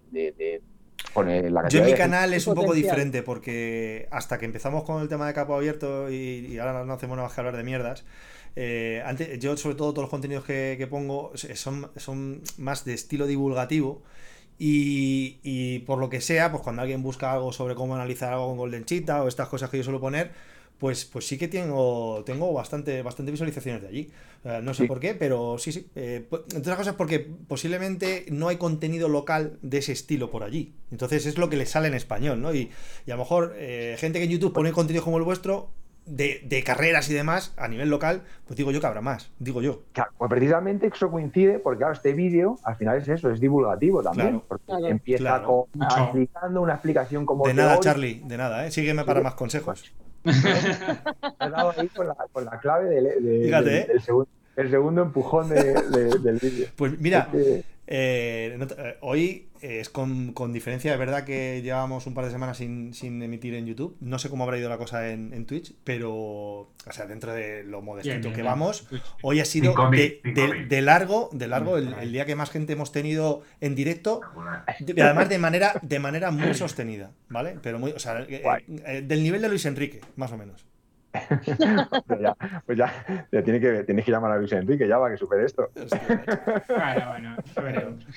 yo en mi canal es un poco diferente, porque hasta que empezamos con el tema de capo abierto y ahora no hacemos nada más que hablar de mierdas, antes, yo sobre todo todos los contenidos que pongo son más de estilo divulgativo. Y por lo que sea, pues cuando alguien busca algo sobre cómo analizar algo con Golden Cheetah o estas cosas que yo suelo poner, pues sí que tengo bastante visualizaciones de allí. No sé por qué, pero sí. Entre otras cosas porque posiblemente no hay contenido local de ese estilo por allí. Entonces es lo que les sale en español, ¿no? Y a lo mejor gente que en YouTube pone contenido como el vuestro, de carreras y demás, a nivel local, pues digo yo que habrá más, digo yo. Claro, pues precisamente eso coincide, porque claro, este vídeo al final es eso, es divulgativo también, claro, porque empieza explicando una explicación como... De nada, Charlie, de nada, sígueme para más consejos. He dado ahí con la clave del segundo empujón del vídeo. Pues mira, hoy es con diferencia, es verdad que llevábamos un par de semanas sin emitir en YouTube. No sé cómo habrá ido la cosa en Twitch, pero, o sea, dentro de lo modestito que vamos, hoy ha sido de largo el día que más gente hemos tenido en directo, y además de manera muy sostenida, ¿vale? Pero muy, o sea, del nivel de Luis Enrique, más o menos. pues ya tienes que llamar a Luis Enrique ya para que supere esto. Bueno, veremos.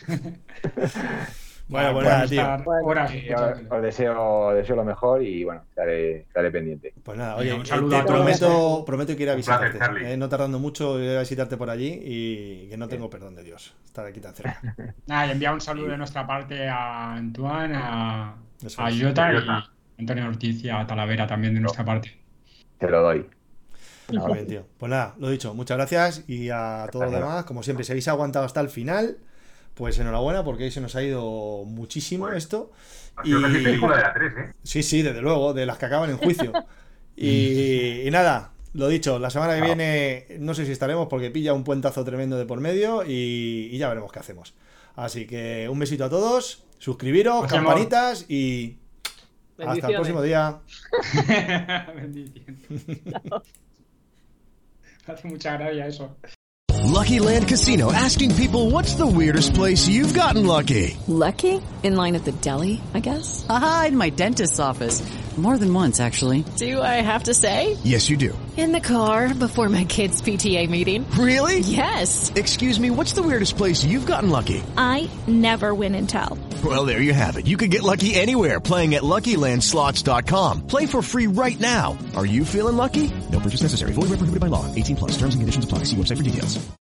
Bueno, tío. Os deseo lo mejor y bueno, estaré pendiente. Pues nada, oye, prometo que ir a visitarte. No tardando mucho, ir a visitarte por allí y que no tengo perdón de Dios estar aquí tan cerca. Nada, y envía un saludo de nuestra parte a Antoine, a Jota y a Antonio Ortiz y a Talavera también de nuestra parte. Te lo doy. Muy bien, tío. Pues nada, lo dicho, muchas gracias y a todos los demás, como siempre, si habéis aguantado hasta el final, pues enhorabuena porque hoy se nos ha ido muchísimo esto Ha sido casi película de la 3, ¿eh? Sí, desde luego, de las que acaban en juicio. Y nada, lo dicho, la semana que viene no sé si estaremos porque pilla un puentazo tremendo de por medio y ya veremos qué hacemos. Así que un besito a todos, suscribiros, campanitas y hasta el próximo día. Bendiciones. Hace mucha gracia eso. Lucky Land Casino, asking people, what's the weirdest place you've gotten lucky? Lucky? In line at the deli, I guess? Aha, in my dentist's office. More than once, actually. Do I have to say? Yes, you do. In the car before my kids' PTA meeting. Really? Yes. Excuse me, what's the weirdest place you've gotten lucky? I never win and tell. Well, there you have it. You can get lucky anywhere, playing at LuckyLandSlots.com. Play for free right now. Are you feeling lucky? No purchase necessary. Void where prohibited by law. 18+. Terms and conditions apply. See website for details.